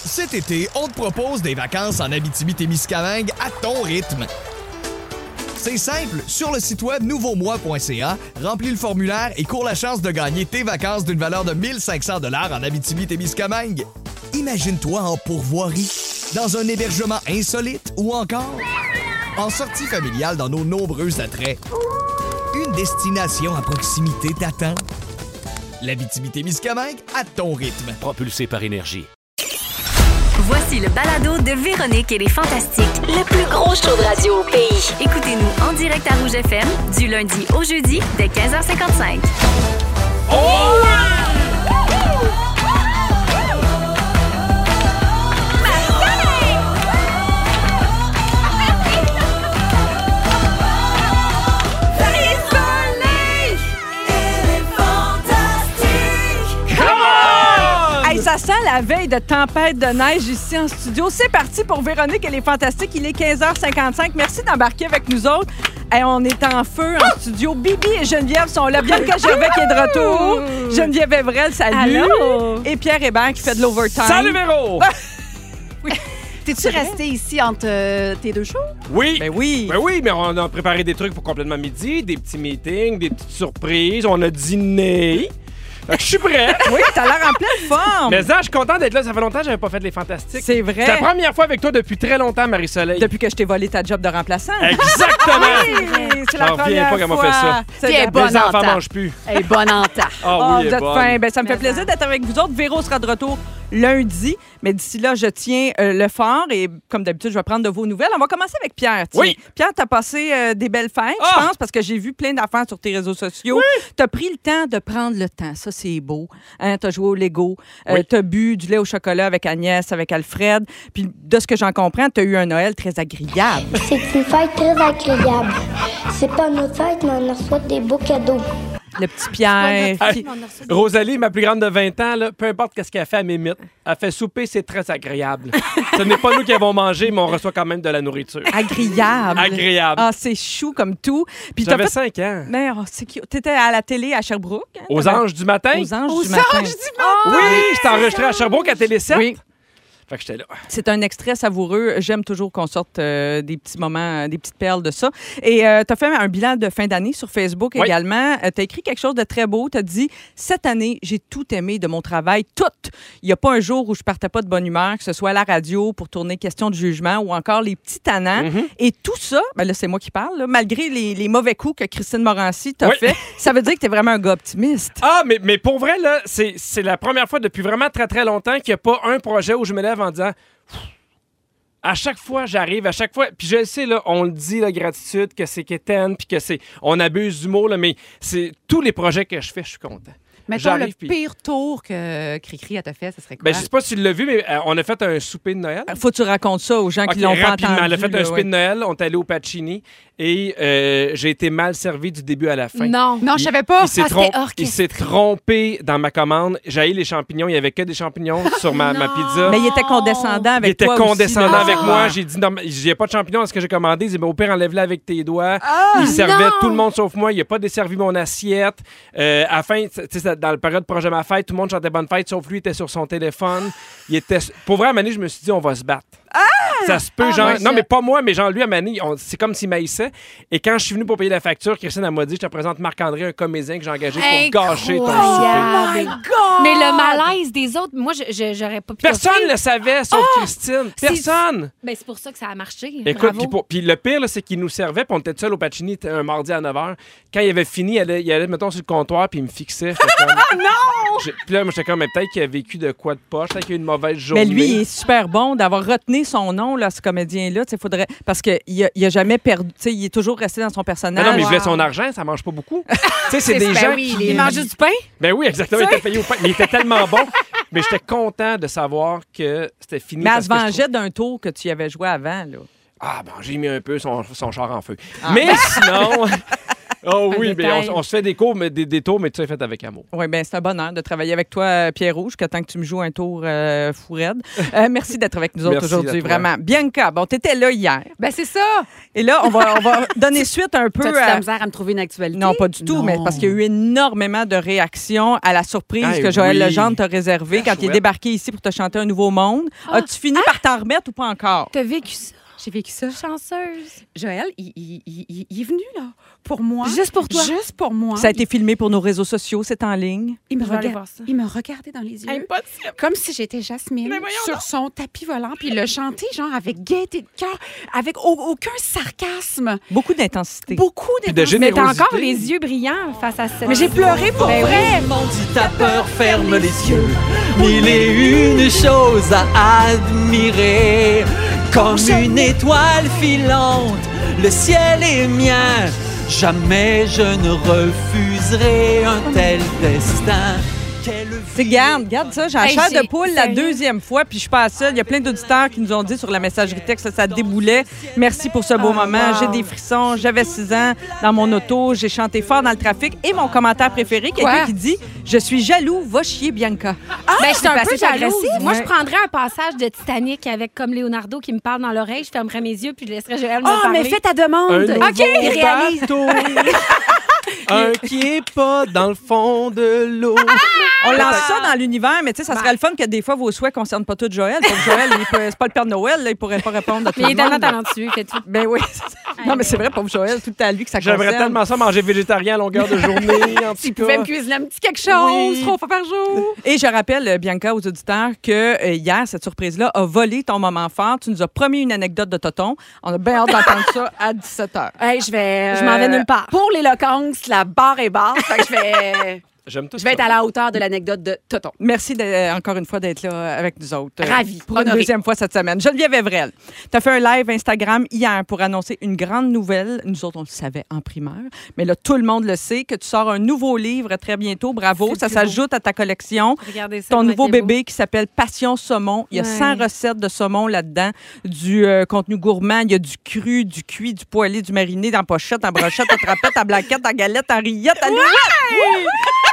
Cet été, on te propose des vacances en Abitibi-Témiscamingue à ton rythme. C'est simple, sur le site web nouveaumois.ca, remplis le formulaire et cours la chance de gagner tes vacances d'une valeur de 1 500 $ en Abitibi-Témiscamingue. Imagine-toi en pourvoirie, dans un hébergement insolite ou encore en sortie familiale dans nos nombreux attraits. Une destination à proximité t'attend. L'Abitibi-Témiscamingue à ton rythme. Propulsé par Énergie. Voici le balado de Véronique et les Fantastiques. Le plus gros show de radio au pays. Écoutez-nous en direct à Rouge FM du lundi au jeudi dès 15h55. Oh! Ça sent la veille de tempête de neige ici en studio. C'est parti pour Véronique, elle est fantastique. Il est 15h55. Merci d'embarquer avec nous autres. Hey, on est en feu en studio. Bibi et Geneviève sont là. Bianca Gervais qui est de retour. Geneviève Evrel, salut. Allô. Et Pierre Hébert qui fait de l'overtime. Salut, Véro! Oui. T'es-tu resté ici entre tes deux shows? Oui! Ben oui. Ben oui, mais on a préparé des trucs pour complètement midi, des petits meetings, des petites surprises. On a dîné. Fait que je suis prêt. Oui, t'as l'air en pleine forme. Mais ça, je suis content d'être là. Ça fait longtemps que j'avais pas fait les Fantastiques. C'est vrai. C'est la première fois avec toi depuis très longtemps, Marie-Soleil. Depuis que je t'ai volé ta job de remplaçant. Exactement! Oui, c'est la J'en reviens première pas comment on fois. fait ça. C'est Puis elle est la- bonne Les en enfants temps. mangent plus. Elle est bonne en temps. Ah Oh, oui, vous elle est êtes bonne. fin. Ben, ça me fait Mais plaisir d'être avec vous autres. Véro sera de retour lundi. Mais d'ici là, je tiens le fort. Et comme d'habitude, je vais prendre de vos nouvelles. On va commencer avec Pierre. Tiens. Oui. Pierre, t'as passé des belles fêtes, Ah! je pense, parce que j'ai vu plein d'affaires sur tes réseaux sociaux. T'as pris le temps de prendre le temps. Ça, c'est beau. Hein? T'as joué au Lego. Oui. T'as bu du lait au chocolat avec Agnès, avec Alfred. Puis de ce que j'en comprends, t'as eu un Noël très agréable. C'est une fête très agréable. C'est pas notre fête, mais on reçoit des beaux cadeaux. Le petit Pierre. Hey, Rosalie, ma plus grande de 20 ans, là, peu importe ce qu'elle fait, elle m'imite. Elle fait souper, c'est très agréable. Ce n'est pas nous qui avons mangé, mais on reçoit quand même de la nourriture. Agréable. Agréable. Ah, c'est chou comme tout. Puis t'as J'avais fait... 5 ans. Mais oh, c'est cute. T'étais à la télé à Sherbrooke. Hein? Aux T'avais- Anges du matin? Aux Anges du matin. Oui, j'étais enregistré à Sherbrooke à Télé 7. Oui. Fait que j'étais là. C'est un extrait savoureux. J'aime toujours qu'on sorte des petits moments, des petites perles de ça. Et tu as fait un bilan de fin d'année sur Facebook Oui. également. Tu as écrit quelque chose de très beau. Tu as dit « Cette année, j'ai tout aimé de mon travail. Tout! Il n'y a pas un jour où je partais pas de bonne humeur, que ce soit à la radio pour tourner Question de jugement ou encore les petits tannants. Et tout ça, ben là, c'est moi qui parle, là, malgré les mauvais coups que Christine Morancy t'a Oui. fait, ça veut dire que tu es vraiment un gars optimiste. Ah, mais pour vrai, là, c'est la première fois depuis vraiment très, très longtemps qu'il n'y a pas un projet où je me lève en disant... À chaque fois, j'arrive, à chaque fois... Puis je le sais, là, on le dit, la gratitude, que c'est quétaine, puis que c'est... On abuse du mot, là, mais c'est tous les projets que je fais, je suis content. Mettons le J'arrive, puis- pire tour que Cricri a fait, ce serait quoi? Ben, je sais pas si tu l'as vu, mais on a fait un souper de Noël. Faut que tu racontes ça aux gens qui Ok, l'ont pas rapidement, entendu. elle a fait là, un souper ouais. de Noël, on est allé au Pacini et j'ai été mal servi du début à la fin. Non, je savais Il pas. s'est Ah, c'était orchestre. il s'est trompé dans ma commande. J'ai haï les champignons. Il n'y avait que des champignons sur ma pizza. Mais il était condescendant avec Il était toi condescendant aussi, là. avec moi. J'ai dit, non, j'ai pas de champignons à ce que j'ai commandé. Il dit, mais au pire, enlève-le avec tes doigts. Il servait non! tout le monde sauf moi. Il n'a pas desservi mon assiette. À la fin, tu sais, dans la période projet ma fête, tout le monde chantait bonne fête, sauf lui, il était sur son téléphone. Il était... Pour vrai, à Mané, je me suis dit, on va se battre. Ça se peut, genre. Non, mais pas moi, mais genre, lui, à Mané, c'est comme s'il maïssait. Et quand je suis venu pour payer la facture, Christine, elle m'a dit, je te présente Marc-André, un comédien que j'ai engagé pour gâcher ton souper. Incroyable. Mais le malaise des autres, moi, j'aurais pas pu. Personne t'offrir. ne le savait, sauf Christine. Personne. Ben, c'est pour ça que ça a marché. Écoute, Bravo. puis le pire, là, c'est qu'il nous servait, puis on était seul au Pacini un mardi à 9h. Quand il avait fini, il allait mettons, sur le comptoir, puis il me fixait. J'étais comme... non! Puis là, moi, j'étais comme, mais peut-être qu'il a vécu de quoi de poche, peut-être qu'il a eu une mauvaise journée. Mais lui, il est super bon d'avoir retenu son nom, là, ce comédien-là. Faudrait... Parce qu'il a jamais perdu. Il est toujours resté dans son Mais personnage. non, mais il voulait son argent, ça mange pas beaucoup. Tu sais, c'est des Ben gens oui, qui... il mange juste du pain. Ben oui, exactement, il était payé au pain. Mais il était tellement bon. Mais j'étais content de savoir que c'était fini. Mais elle parce se que je vengeait d'un tour que tu y avais joué avant. Là. Ah, bon, j'ai mis un peu son char en feu. Mais sinon... Oh oui, mais détail. on se fait des cours, mais des tours, mais tu sais, fait avec amour. Oui, bien, c'est un bonheur de travailler avec toi, Pierre-Rouge, jusqu'à temps que tu me joues un tour fou raide. Merci d'être avec nous autres Merci aujourd'hui, à toi. vraiment. Bianca, bon, t'étais là hier. Ben, c'est ça. Et là, on va donner suite un peu T'as-tu de la misère à me trouver une actualité? Non, pas du tout, mais parce qu'il y a eu énormément de réactions à la surprise Ah, que Joël oui. Legendre t'a réservée quand il est chouette. débarqué ici pour te chanter Un Nouveau Monde. As-tu fini par t'en remettre ou pas encore? T'as vécu ça. J'ai vécu ça. Chanceuse. Joël, il est venu, là, pour moi. Juste pour toi. Juste pour moi. Ça a été filmé pour nos réseaux sociaux, c'est en ligne. Il me Je vais aller regarde- voir ça. il me regardait dans les yeux. Impossible. Comme si j'étais Jasmine sur son tapis volant, puis il l'a chanté genre avec gaieté de cœur, avec aucun sarcasme, Beaucoup d'intensité. beaucoup de d'intensité. Mais t'as générosité. encore les yeux brillants face à cette... Mais j'ai pleuré pour Ben vrai. Si t'as peur, ferme les yeux. Mille et une choses à admirer. Comme une étoile filante, le ciel est mien. Jamais je ne refuserai un tel destin. Regarde ça, j'ai la Hey, chair de j'ai- poule la sérieux? deuxième fois, puis je suis pas seule. Il y a plein d'auditeurs qui nous ont dit sur la messagerie texte que ça déboulait. Merci pour ce beau moment. wow. J'ai des frissons. J'avais 6 ans dans mon auto. J'ai chanté fort dans le trafic. Et mon commentaire préféré, quelqu'un Quoi? qui dit « Je suis jaloux, va chier Bianca. Ben, je suis un peu passif jalouse. agressif. Moi, Ouais. je prendrais un passage de Titanic avec comme Leonardo qui me parle dans l'oreille. Je fermerais mes yeux puis je laisserais Joël me Oh, parler. mais fais ta demande. Un nouveau il réalise. bateau. Un qui est pas dans le fond de l'eau. On lance ça dans l'univers, mais tu sais, ça serait le fun que des fois, vos souhaits ne concernent pas tout Joël. Pour Joël, c'est pas le Père Noël, là, il pourrait pas répondre à tout Mais il est le tellement monde. talentueux, il fait tout. Ben oui. Non, mais c'est vrai, pour Joël, tout à lui que ça concerne. J'aimerais tellement ça manger végétarien à longueur de journée. En tout Tu cas. pouvais me cuisiner un petit quelque chose, Oui. 3 fois par jour. Et je rappelle, Bianca, aux auditeurs, que hier, cette surprise-là a volé ton moment fort. Tu nous as promis une anecdote de Toton. On a bien hâte d'entendre ça à 17h. Hey, je m'en vais nulle part. Pour l'éloquence, la barre est basse. Fait que J'aime tout je vais être ça. à la hauteur de l'anecdote de Toton. Merci encore une fois d'être là avec nous autres. Ravie, Pour une honorée. deuxième fois cette semaine. Geneviève Evrel, tu as fait un live Instagram hier pour annoncer une grande nouvelle. Nous autres, on le savait en primeur. Mais là, tout le monde le sait, que tu sors un nouveau livre très bientôt. Bravo. Ça s'ajoute à ta collection. Regardez ça. Ton comment nouveau il est beau. bébé qui s'appelle Passion Saumon. Il y a Ouais. 100 recettes de saumon là-dedans, du contenu gourmand. Il y a du cru, du cuit, du poêlé, du mariné, dans pochette, en brochette, en trapette, en blanquette, en galette, en rillette, en nouillette.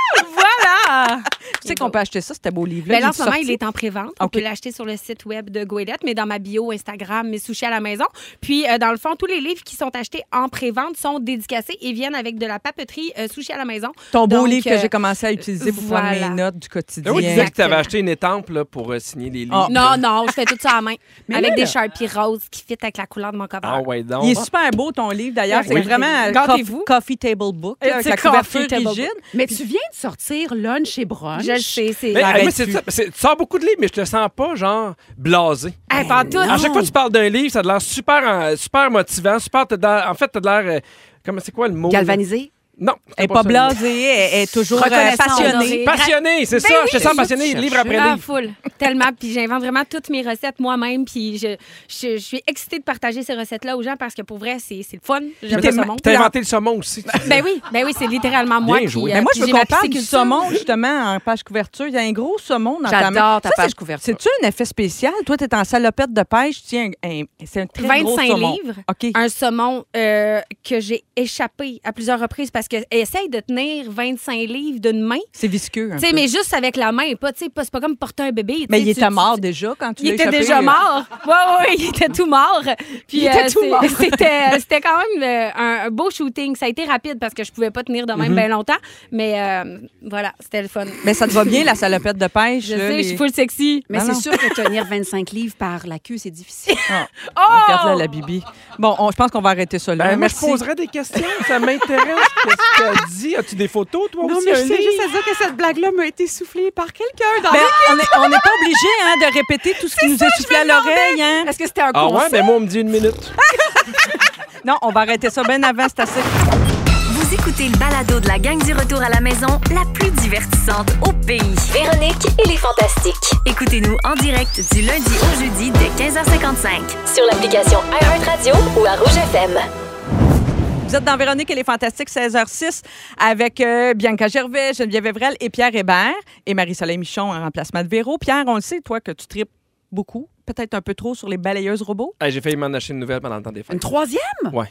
Voilà! Tu sais qu'on peut acheter ça, ce beau livre-là. Ben là, en Il ce moment, sorti. il est en pré-vente. On OK. peut l'acheter sur le site web de Goélette, mais dans ma bio Instagram, mes sushis à la maison. Puis, dans le fond, tous les livres qui sont achetés en pré-vente sont dédicacés et viennent avec de la papeterie sushis à la maison. Ton beau Donc, livre que j'ai commencé à utiliser pour prendre voilà. mes notes du quotidien. Ben oui, tu disais que tu avais Exactement. acheté une étampe là, pour signer les Ah. livres. Non, je fais tout ça à main. Mais avec là, des là- Sharpies roses qui fit avec la couleur de mon cover. Ah ouais, donc. Il est super beau, ton livre, d'ailleurs. C'est Oui. vraiment un Gâtez-vous. coffee table book, là, avec C'est la couverture coffee table rigide. Mais tu viens de sortir lunch et brunch. Je le sais, c'est... Mais, Arrête moi, c'est plus. ça, tu sors beaucoup de livres, mais je te sens pas, genre, blasé. Hey, pas en tout. À chaque fois que tu parles d'un livre, ça a l'air super motivant, super. En fait, t'as de l'air. Comment c'est quoi le mot? Galvanisé. Non. Elle n'est c'est pas ça. blasée, elle est toujours Reconnaissante. passionnée. Passionné, c'est ça. Ben oui, je te sens c'est passionné, ça que tu livre après Ah, livre. full. Tellement. Puis j'invente vraiment toutes mes recettes moi-même. Puis je suis excitée de partager ces recettes-là aux gens parce que pour vrai, c'est le fun. J'aime le saumon. T'as inventé le saumon aussi. Ben oui, c'est littéralement moi. Bien qui, joué. Mais moi, je veux j'ai ma qu'on parle du pisciculture. saumon, justement, en page couverture. Il y a un gros saumon dans ta main. J'adore ta Ça, page c'est- couverture. C'est-tu un effet spécial? Toi, tu es en salopette de pêche. Tiens, c'est un très gros 25 saumon. livres. OK. Un saumon que j'ai échappé à plusieurs reprises parce que essaye de tenir 25 livres d'une main. C'est visqueux. un Tu sais, peu. mais juste avec la main, pas, tu sais, c'est pas comme porter un bébé. tu Mais sais, il tu- était tu- mort déjà quand tu Il l'as était échappé. déjà mort. Oui, il était tout mort. Puis, Il était tout mort. C'était quand même un beau shooting. Ça a été rapide parce que je pouvais pas tenir de même bien longtemps. Mais voilà, c'était le fun. Mais ça te va bien, la salopette de pêche? Je là, sais, les- je suis full sexy. Mais Non, c'est non. sûr que tenir 25 livres par la queue, c'est difficile. Regarde-la, la bibi. Bon, je pense qu'on va arrêter ça là. Ben, moi, je Merci. poserais des questions. Ça m'intéresse. Qu'est-ce que tu as dit? As-tu des photos, toi aussi? un livre? à dire que cette blague-là m'a été soufflée par quelqu'un dans Ben, on n'est pas obligé de répéter tout ce qui nous est soufflé à l'oreille. Hein? Est-ce que c'était un Ah ouais, conseil? ben moi, on me dit 1 minute. Non, on va arrêter ça bien avant, c'est assez. Vous écoutez le balado de la gang du retour à la maison, la plus divertissante au pays. Véronique et les Fantastiques. Écoutez-nous en direct du lundi au jeudi dès 15h55. Sur l'application iHeartRadio ou à Rouge FM. Vous êtes dans Véronique et les Fantastiques, 16h06, avec Bianca Gervais, Geneviève Evrel et Pierre Hébert et Marie-Soleil Michon en remplacement de Véro. Pierre, on le sait, toi, que tu tripes beaucoup, peut-être un peu trop sur les balayeuses robots. Hey, j'ai failli m'en acheter une nouvelle pendant le temps des fêtes. Une troisième? Ouais.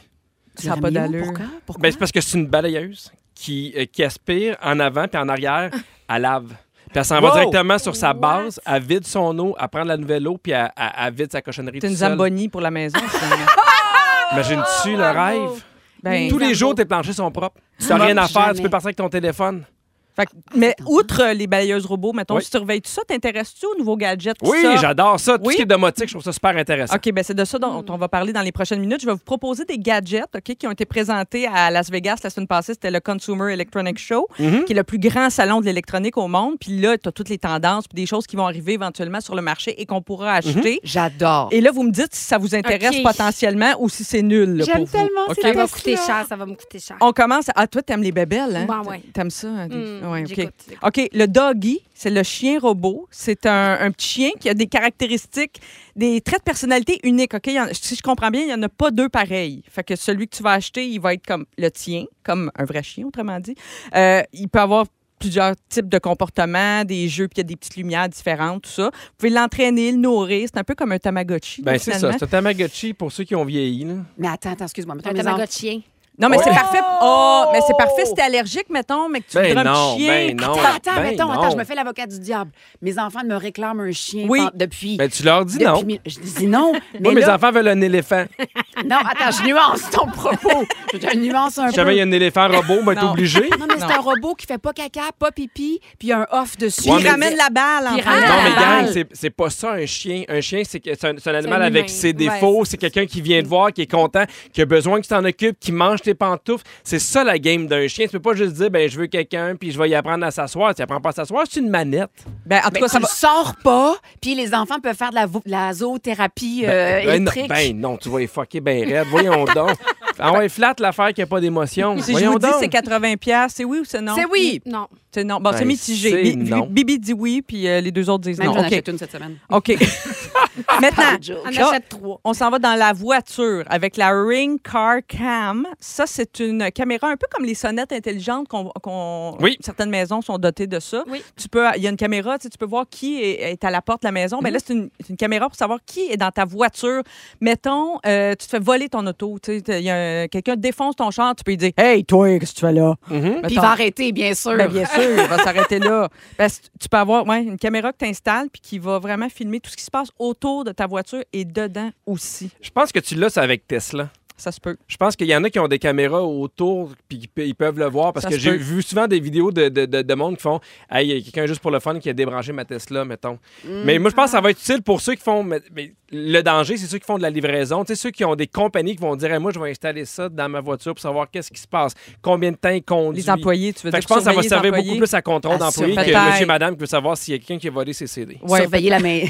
Ça n'a pas d'allure. Pourquoi? Ben, c'est parce que c'est une balayeuse qui aspire en avant puis en arrière, elle lave. Puis elle s'en va directement sur sa base, elle vide son eau, elle prend de la nouvelle eau, puis elle vide sa cochonnerie C'est une toute seule. Zamboni pour la maison, finalement. Imagines-tu le rêve? Ben, Tous les jours, tes planchers sont propres. Tu n'as rien à faire, tu peux partir avec ton téléphone. fait que- mais outre les balayeuses robots, mettons, Oui. tu surveilles tout ça, t'intéresses-tu aux nouveaux gadgets? tout Oui, ça? j'adore ça. Tout Oui. ce qui est domotique, je trouve ça super intéressant. OK, ben c'est de ça dont on va parler dans les prochaines minutes. Je vais vous proposer des gadgets qui ont été présentés à Las Vegas la semaine passée. C'était le Consumer Electronics Show, qui est le plus grand salon de l'électronique au monde. Puis là, tu as toutes les tendances puis des choses qui vont arriver éventuellement sur le marché et qu'on pourra acheter. J'adore. Et là, vous me dites si ça vous intéresse OK. potentiellement ou si c'est nul là, J'aime pour vous. tellement OK? Ça va coûter cher, ça va me coûter cher. On commence. Ah, toi, t'aimes les bébelles, hein? Ben ouais. T'aimes ça? Hein? Ouais, OK. j'écoute. OK, le Doggy, c'est le chien robot. C'est un petit chien qui a des caractéristiques, des traits de personnalité uniques. OK? Si je comprends bien, il n'y en a pas deux pareils. Fait que celui que tu vas acheter, il va être comme le tien, comme un vrai chien, autrement dit. Il peut avoir plusieurs types de comportements, des jeux, puis il y a des petites lumières différentes, tout ça. Vous pouvez l'entraîner, le nourrir. C'est un peu comme un Tamagotchi. Ben, là, c'est ça. finalement. C'est un Tamagotchi pour ceux qui ont vieilli. Là. Mais attends, excuse-moi. Mettons Un mes enfants. Tamagotchien. Non, mais c'est Oh! parfait. Oh, mais c'est parfait si t'es allergique, mettons, mais que tu voudrais un petit chien. non. Attends, je me fais l'avocat du diable. Mes enfants me réclament un chien Oui. depuis... Ben, tu leur dis non. Je dis non, mais Moi, mes là... enfants veulent un éléphant. Non, attends, je nuance ton propos. Je nuance un Si peu. jamais il y a un éléphant robot, ben, t'es Non. obligé. Non, mais c'est un robot qui fait pas caca, pas pipi, puis il y a un off dessus. Puis Ouais, il mais- ramène la balle en Puis il fait. ramène Non, la mais balle. gang, c'est pas ça un chien. Un chien, c'est un animal un avec humain. ses défauts. C'est quelqu'un qui vient te voir, qui est content, qui a besoin que tu t'en occupes, qui mange tes pantoufles. C'est ça la game d'un chien. Tu peux pas juste dire, ben je veux quelqu'un, puis je vais y apprendre à s'asseoir. Tu apprends pas à s'asseoir, c'est une manette. Ben, en tout Mais cas, tu ça le va. sors pas, puis les enfants peuvent faire de la zoothérapie électrique. Non, tu vas les fucker ben raide. Voyons donc. Ah ouais, flatte l'affaire qui a pas d'émotion. Si je Voyons vous dis donc. c'est 80$, c'est oui ou c'est non? C'est oui. Non. C'est non. Bon, c'est Ben, mitigé. c'est non. Bibi dit oui, puis les deux autres disent Même non. j'en OK. achète une cette semaine. OK. Maintenant, On là, achète 3. on s'en va dans la voiture avec la Ring Car Cam. Ça, c'est une caméra un peu comme les sonnettes intelligentes Oui. certaines maisons sont dotées de ça. Oui. Il y a une caméra, tu peux voir qui est à la porte de la maison. Mais là, c'est une caméra pour savoir qui est dans ta voiture. Mettons, tu te fais voler ton auto. Quelqu'un défonce ton char, tu peux lui dire « Hey, toi, qu'est-ce que tu fais là? Mhm. Puis il Mettons. va arrêter, bien sûr. Ben, bien sûr, il va s'arrêter là. Tu peux avoir une caméra que tu installes puis qui va vraiment filmer tout ce qui se passe autour de ta voiture et dedans aussi. Je pense que tu l'as, c'est avec Tesla. Ça se peut. Je pense qu'il y en a qui ont des caméras autour puis ils peuvent le voir parce Ça que se j'ai peut. vu souvent des vidéos de monde qui font « Hey, il y a quelqu'un juste pour le fun qui a débranché ma Tesla, mettons. Mais moi, je pense que ça va être utile pour ceux qui font... Mais le danger, c'est ceux qui font de la livraison. Tu sais, ceux qui ont des compagnies qui vont dire hey, moi, je vais installer ça dans ma voiture pour savoir qu'est-ce qui se passe, combien de temps il conduit. Les employés, tu veux Fait dire que je pense que ça va surveiller les servir employés? beaucoup plus à contrôle À d'employés que surveiller. monsieur, madame qui veut savoir s'il y a quelqu'un qui a volé ses CD. Ouais, Surveiller la main.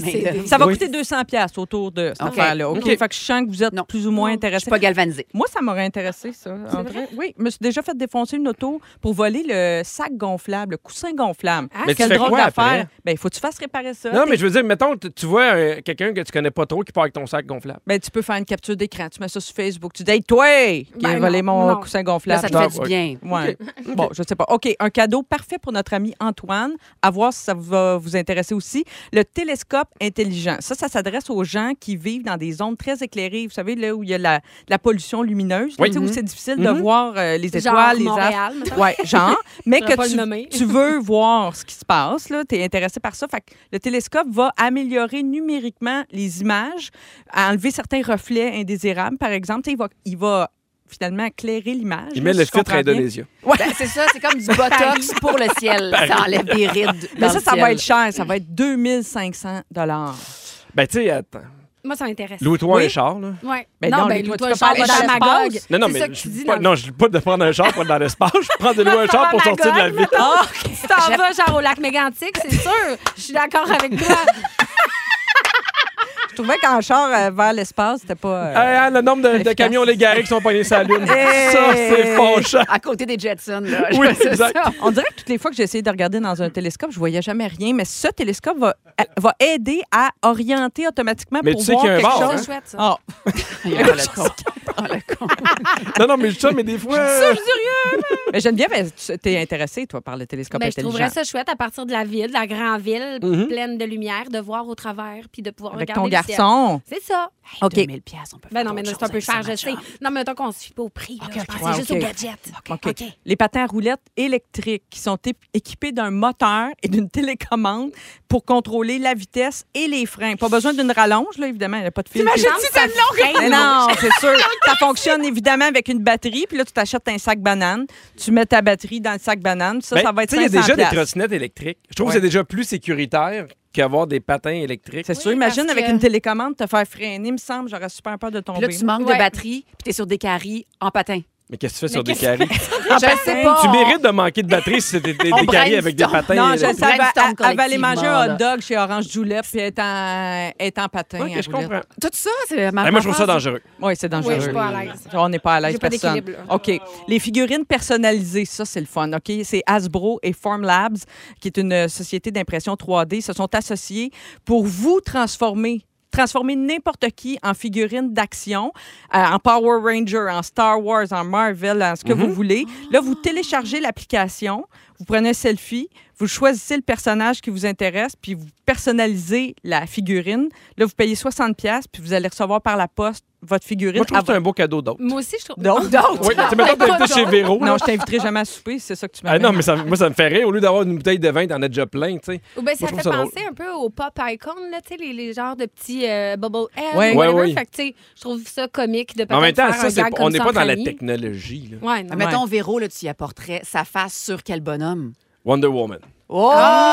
ça va Oui. coûter 200$ autour de cette OK. affaire-là. OK? OK. Fait que je sens que vous êtes Non. plus ou moins Je intéressé. suis pas galvanisée. Moi, ça m'aurait intéressé, ça. André. Oui, je me suis déjà fait défoncer une auto pour voler le sac gonflable, le coussin gonflable. Ah, Mais tu Quel fais drôle quoi d'affaire. après? Ben, il faut que tu fasses réparer ça. Non, mais je veux dire, mettons, tu vois quelqu'un que tu connais pas trop qui part avec ton sac gonflable. Ben, tu peux faire une capture d'écran. Tu mets ça sur Facebook. Tu dis, hey, toi, qui a Ben volé non, mon non. coussin Là, gonflable. ça te Ah, fait du ouais. bien. Ouais. Bon, je sais pas. OK, un cadeau parfait pour notre ami Antoine. À voir si ça va vous intéresser aussi. Le télescope intelligent. Ça s'adresse aux gens qui vivent dans des zones très éclairées. Vous savez, là où il y a la pollution lumineuse, là, Oui. tu sais, où c'est difficile de voir les étoiles, Genre les astres. Montréal, mettons. Ouais, genre. Mais Je pourrais pas le que nommer. tu veux voir ce qui se passe, tu es intéressé par ça. Fait que le télescope va améliorer numériquement les images, enlever certains reflets indésirables, par exemple. Tu sais, il va finalement éclairer l'image. Il là, met si le je filtre comprends bien. Indonésien. Ben, c'est ça, c'est comme du botox pour le ciel. Ça enlève des rides. Mais dans ça, le ça va ciel. être cher. Ça va être 2500 $. Ben, tu sais, attends. Moi, ça m'intéresse. Loue-toi Oui. un char, là. Ouais. Ben non, non, ben, toi, loue-toi tu un peux char pas dans aller dans Magog. l'espace. Non, C'est mais ça que tu dis pas, dans non, je dis pas de prendre un char pour aller dans l'espace. Je prends de louer un char pour sortir de la ville. Ah, tu t'en vas genre au lac Mégantic, c'est sûr. Je suis d'accord avec toi. Je trouvais qu'en char vers l'espace, c'était pas... Le nombre de efficace. camions légarés qui sont pognés sur la Lune. Hey! Ça, c'est fâchant. À côté des Jetsons, là. Oui, C'est exact. ça. On dirait que toutes les fois que j'ai essayé de regarder dans un télescope, je voyais jamais rien, mais ce télescope va aider à orienter automatiquement Mais pour tu sais voir qu'il y a un quelque bar, chose. C'est chouette, ça. Ah. Le con. Oh, le con. Non, mais je dis ça, mais des fois... Mais Geneviève, t'es intéressée, toi, par le télescope Ben, je intelligent. trouverais ça chouette à partir de la ville, de la grande ville, Mhm. pleine de lumière, de voir au travers puis de pouvoir Avec regarder ton le ciel. garçon. C'est ça. OK. 2000 piastres, on peut faire Ben non, mais d'autres c'est un peu choses avec cher, ça, je sais. ma chum. Non, mais mettons qu'on ne se fie pas au prix. Là. OK, Je OK. pensais Ouais, juste OK. aux gadgets. OK. Les patins à roulettes électriques qui sont équipés d'un moteur et d'une télécommande pour contrôler la vitesse et les freins. Pas besoin d'une rallonge, là, évidemment. Il n'y a pas de fil. T'imagines-tu, c'est long? Mais non, c'est sûr. Ça fonctionne évidemment avec une batterie. Puis là, tu t'achètes un sac banane. Tu mets ta batterie dans le sac banane. Ça, Ben, ça va être tu sais, il y a 500 déjà des piastres. trottinettes électriques. Je trouve Ouais. que c'est déjà plus sécuritaire qu'avoir des patins électriques. C'est sûr. Oui, Imagine parce avec que- une télécommande te faire freiner. Il me semble, j'aurais super peur de Puis tomber. là, tu manques Ouais. de batterie, puis t'es sur des caries en patin. Mais qu'est-ce que tu fais sur Mais des caries? Je sais pas. Tu mérites de manquer de batterie si c'était des On caries avec des brainstorm. patins. Non, je électriques. sais, brainstorm elle va aller manger un hot collectivement, dog chez Orange Julep puis elle est en patin. OK, je comprends. Tout ça, c'est ma Moi, je trouve ça dangereux. Oui, c'est dangereux. Oui, je suis pas à l'aise. On n'est pas à l'aise, J'ai pas personne. d'équilibre, là. OK. Les figurines personnalisées, ça, c'est le fun. OK? C'est Hasbro et Formlabs, qui est une société d'impression 3D, se sont associés pour vous transformer n'importe qui en figurine d'action, en Power Ranger, en Star Wars, en Marvel, en ce que vous voulez. Là, vous téléchargez l'application, vous prenez un selfie, vous choisissez le personnage qui vous intéresse, puis vous personnalisez la figurine. Là, vous payez 60$, puis vous allez recevoir par la poste votre figurine. Moi, je trouve que c'est un beau cadeau d'autre. Moi aussi, je trouve. D'autres? Oui, tu mettons que t'invites chez Véro. là. Non, je t'inviterai jamais à souper, c'est ça que tu m'as Ah non, mais moi, ça me fait rire. Au lieu d'avoir une bouteille de vin, t'en as déjà plein, tu sais. Ou ben, ça Moi, je fait trouve ça drôle. penser un peu aux pop icons, là, tu sais, les genres de petits bubble head. Ouais. ou whatever. Ouais, oui. Fait que, tu sais, je trouve ça comique de En même peut-être temps, faire ça, un gag on comme n'est ça pas entre dans la amis. technologie. là. Ouais, non. Mettons, Véro, là, tu y apporterais sa face sur quel bonhomme? Wonder Woman. Oh!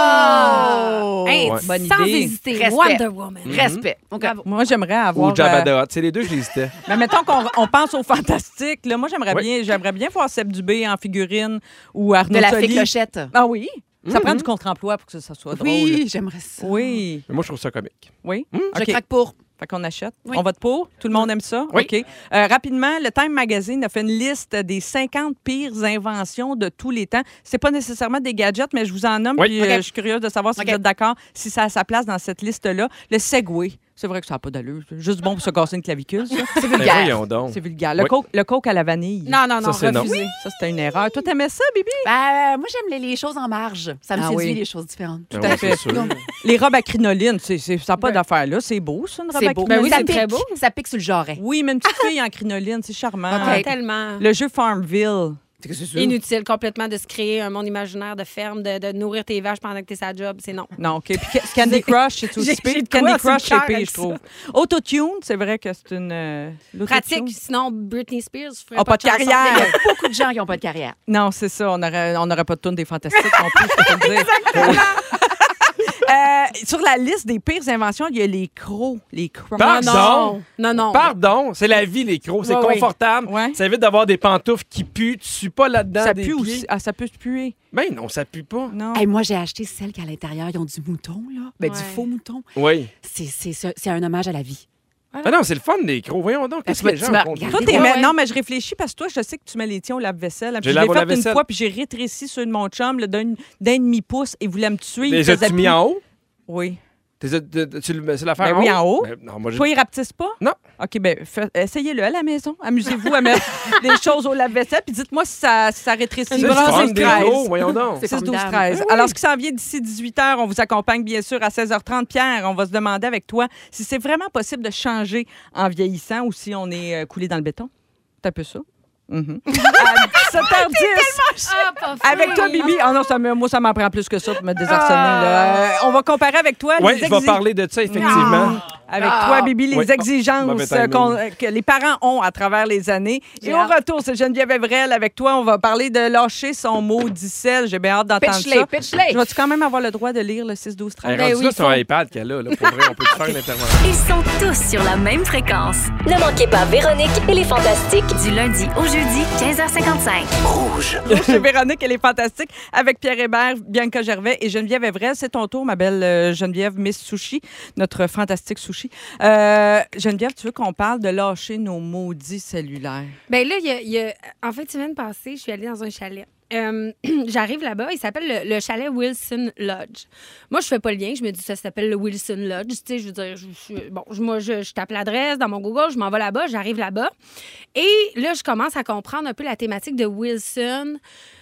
Hey, Ouais. Bonne sans idée. hésiter, Respect. Wonder Woman. Respect. OK. Bravo. Moi, j'aimerais avoir... Ou Jabba the Hutt. C'est les deux, je les hésitais. Mais mettons qu'on pense au fantastique. Là, moi, j'aimerais Oui. bien voir Seb Dubé en figurine ou Arnaud De la Soli. fée clochette. Ah oui? Ça prend du contre-emploi pour que ça soit drôle. Oui, j'aimerais ça. Oui. Mais moi, je trouve ça comique. Oui. Je OK. craque pour. Fait qu'on achète. Oui. On vote pour? Tout le monde aime ça? Oui. OK. Rapidement, le Time Magazine a fait une liste des 50 pires inventions de tous les temps. C'est pas nécessairement des gadgets, mais je vous en nomme. Oui. Puis, OK. je suis curieuse de savoir si OK. vous êtes d'accord, si ça a sa place dans cette liste-là. Le Segway. C'est vrai que ça n'a pas d'allure. C'est juste bon pour se casser une clavicule, ça. C'est Mais vulgaire. voyons donc. C'est vulgaire. Le, Oui. le coke à la vanille. Non, non, non, Ça, c'est non. refusé. Ça, c'était une erreur. Toi, t'aimais ça, Bibi? Moi, j'aime les choses en marge. Ça me Ah séduit, oui. les choses différentes. Ah à ouais, fait. c'est sûr. Les robes à crinoline, ça n'a pas Ben. d'affaire là. C'est beau, ça, une robe C'est à beau. crinoline. oui, ça c'est pique. très beau. Ça pique sur le jarret. Oui, mais une petite fille en crinoline, c'est charmant. Ah, tellement. Le jeu Farmville. Inutile complètement de se créer un monde imaginaire de ferme, de nourrir tes vaches pendant que t'es sa job, c'est non. Non, OK. Puis Candy Crush, c'est aussi J'ai pire. de quoi Candy sur le Crush, c'est cœur pire, avec je ça. trouve. Autotune, c'est vrai que c'est une... Pratique, l'autotune. sinon Britney Spears ferait Ah, pas de chanson. Il y carrière. a beaucoup de gens qui n'ont pas de carrière. Non, c'est ça. On n'aurait pas de tune des Fantastiques non plus, je peux te le dire. Sur la liste des pires inventions, il y a les crocs. Les crocs. Pardon? Non, non. Pardon, c'est la vie, les crocs. C'est Ouais, ouais. confortable. Ouais. Ça évite d'avoir des pantoufles qui puent. Tu suis pas là-dedans. Ça des pue pieds. aussi. Ah, ça peut se puer. Ben non, ça pue pas. Non. Hey, moi, j'ai acheté celles qui, à l'intérieur, ils ont du mouton, là. Ben, Ouais. du faux mouton. Oui. C'est un hommage à la vie. Ah non, c'est le fun, les crocs. Voyons donc. Qu'est-ce que les tu gens m'as font? regardé. Toi, t'es Ouais, ouais. Non, mais je réfléchis parce que toi, je sais que tu mets les tiens au lave-vaisselle. Puis Je je lave l'ai au fait une lave-vaisselle. fois, puis j'ai rétréci ceux de mon chum là, d'un demi-pouce et voulait me tuer. Il Les faisait as-tu mis plus. en haut? Oui. C'est l'affaire Ben oui, en haut. Ben, non, moi, Toi, il rapetisse pas? Non. OK, bien, essayez-le à la maison. Amusez-vous à mettre des choses au lave-vaisselle, puis dites-moi si ça rétrécit. C'est Une le brasse, fun c'est des 13. crocs, voyons donc. C'est 6, 12, formidable. 13. Alors, ce qui s'en vient d'ici 18h, on vous accompagne bien sûr à 16h30. Pierre, on va se demander avec toi si c'est vraiment possible de changer en vieillissant ou si on est coulé dans le béton. C'est un peu ça. Mhm. À 17h10, Ah, pas fin. avec toi, Bibi. Ah non, moi, ça m'en prend plus que ça pour me désarçonner. là. On va comparer avec toi Oui, les je vais parler de ça, effectivement. avec toi, Bibi, les Oui. exigences Mauvais timing. que les parents ont à travers les années. Et J'ai au hâte. retour, c'est Geneviève Evrel avec toi. On va parler de lâcher son maudit sel. J'ai bien hâte d'entendre ça. Pitch-les, pitch-les. Je vais-tu quand même avoir le droit de lire le 6, 12, 13? Elle Ben rendu oui, là, c'est faut. un iPad qu'elle a. Là. Pour vrai, on peut faire une intervention. Ils sont tous sur la même fréquence. Ne manquez pas Véronique et les Fantastiques. Du lundi au jeudi, 15h55. Chez Véronique, elle est fantastique. Avec Pierre Hébert, Bianca Gervais et Geneviève Evrel. C'est ton tour, ma belle Geneviève, Miss Sushi, notre fantastique sushi. Geneviève, tu veux qu'on parle de lâcher nos maudits cellulaires? Ben là, en fait, semaine passée, je suis allée dans un chalet. J'arrive là-bas, il s'appelle le chalet Wilson Lodge. Moi, je fais pas le lien, je me dis ça s'appelle le Wilson Lodge. Tu sais, je veux dire, je tape l'adresse dans mon Google, je m'en vais là-bas, j'arrive là-bas. Et là, je commence à comprendre un peu la thématique de Wilson.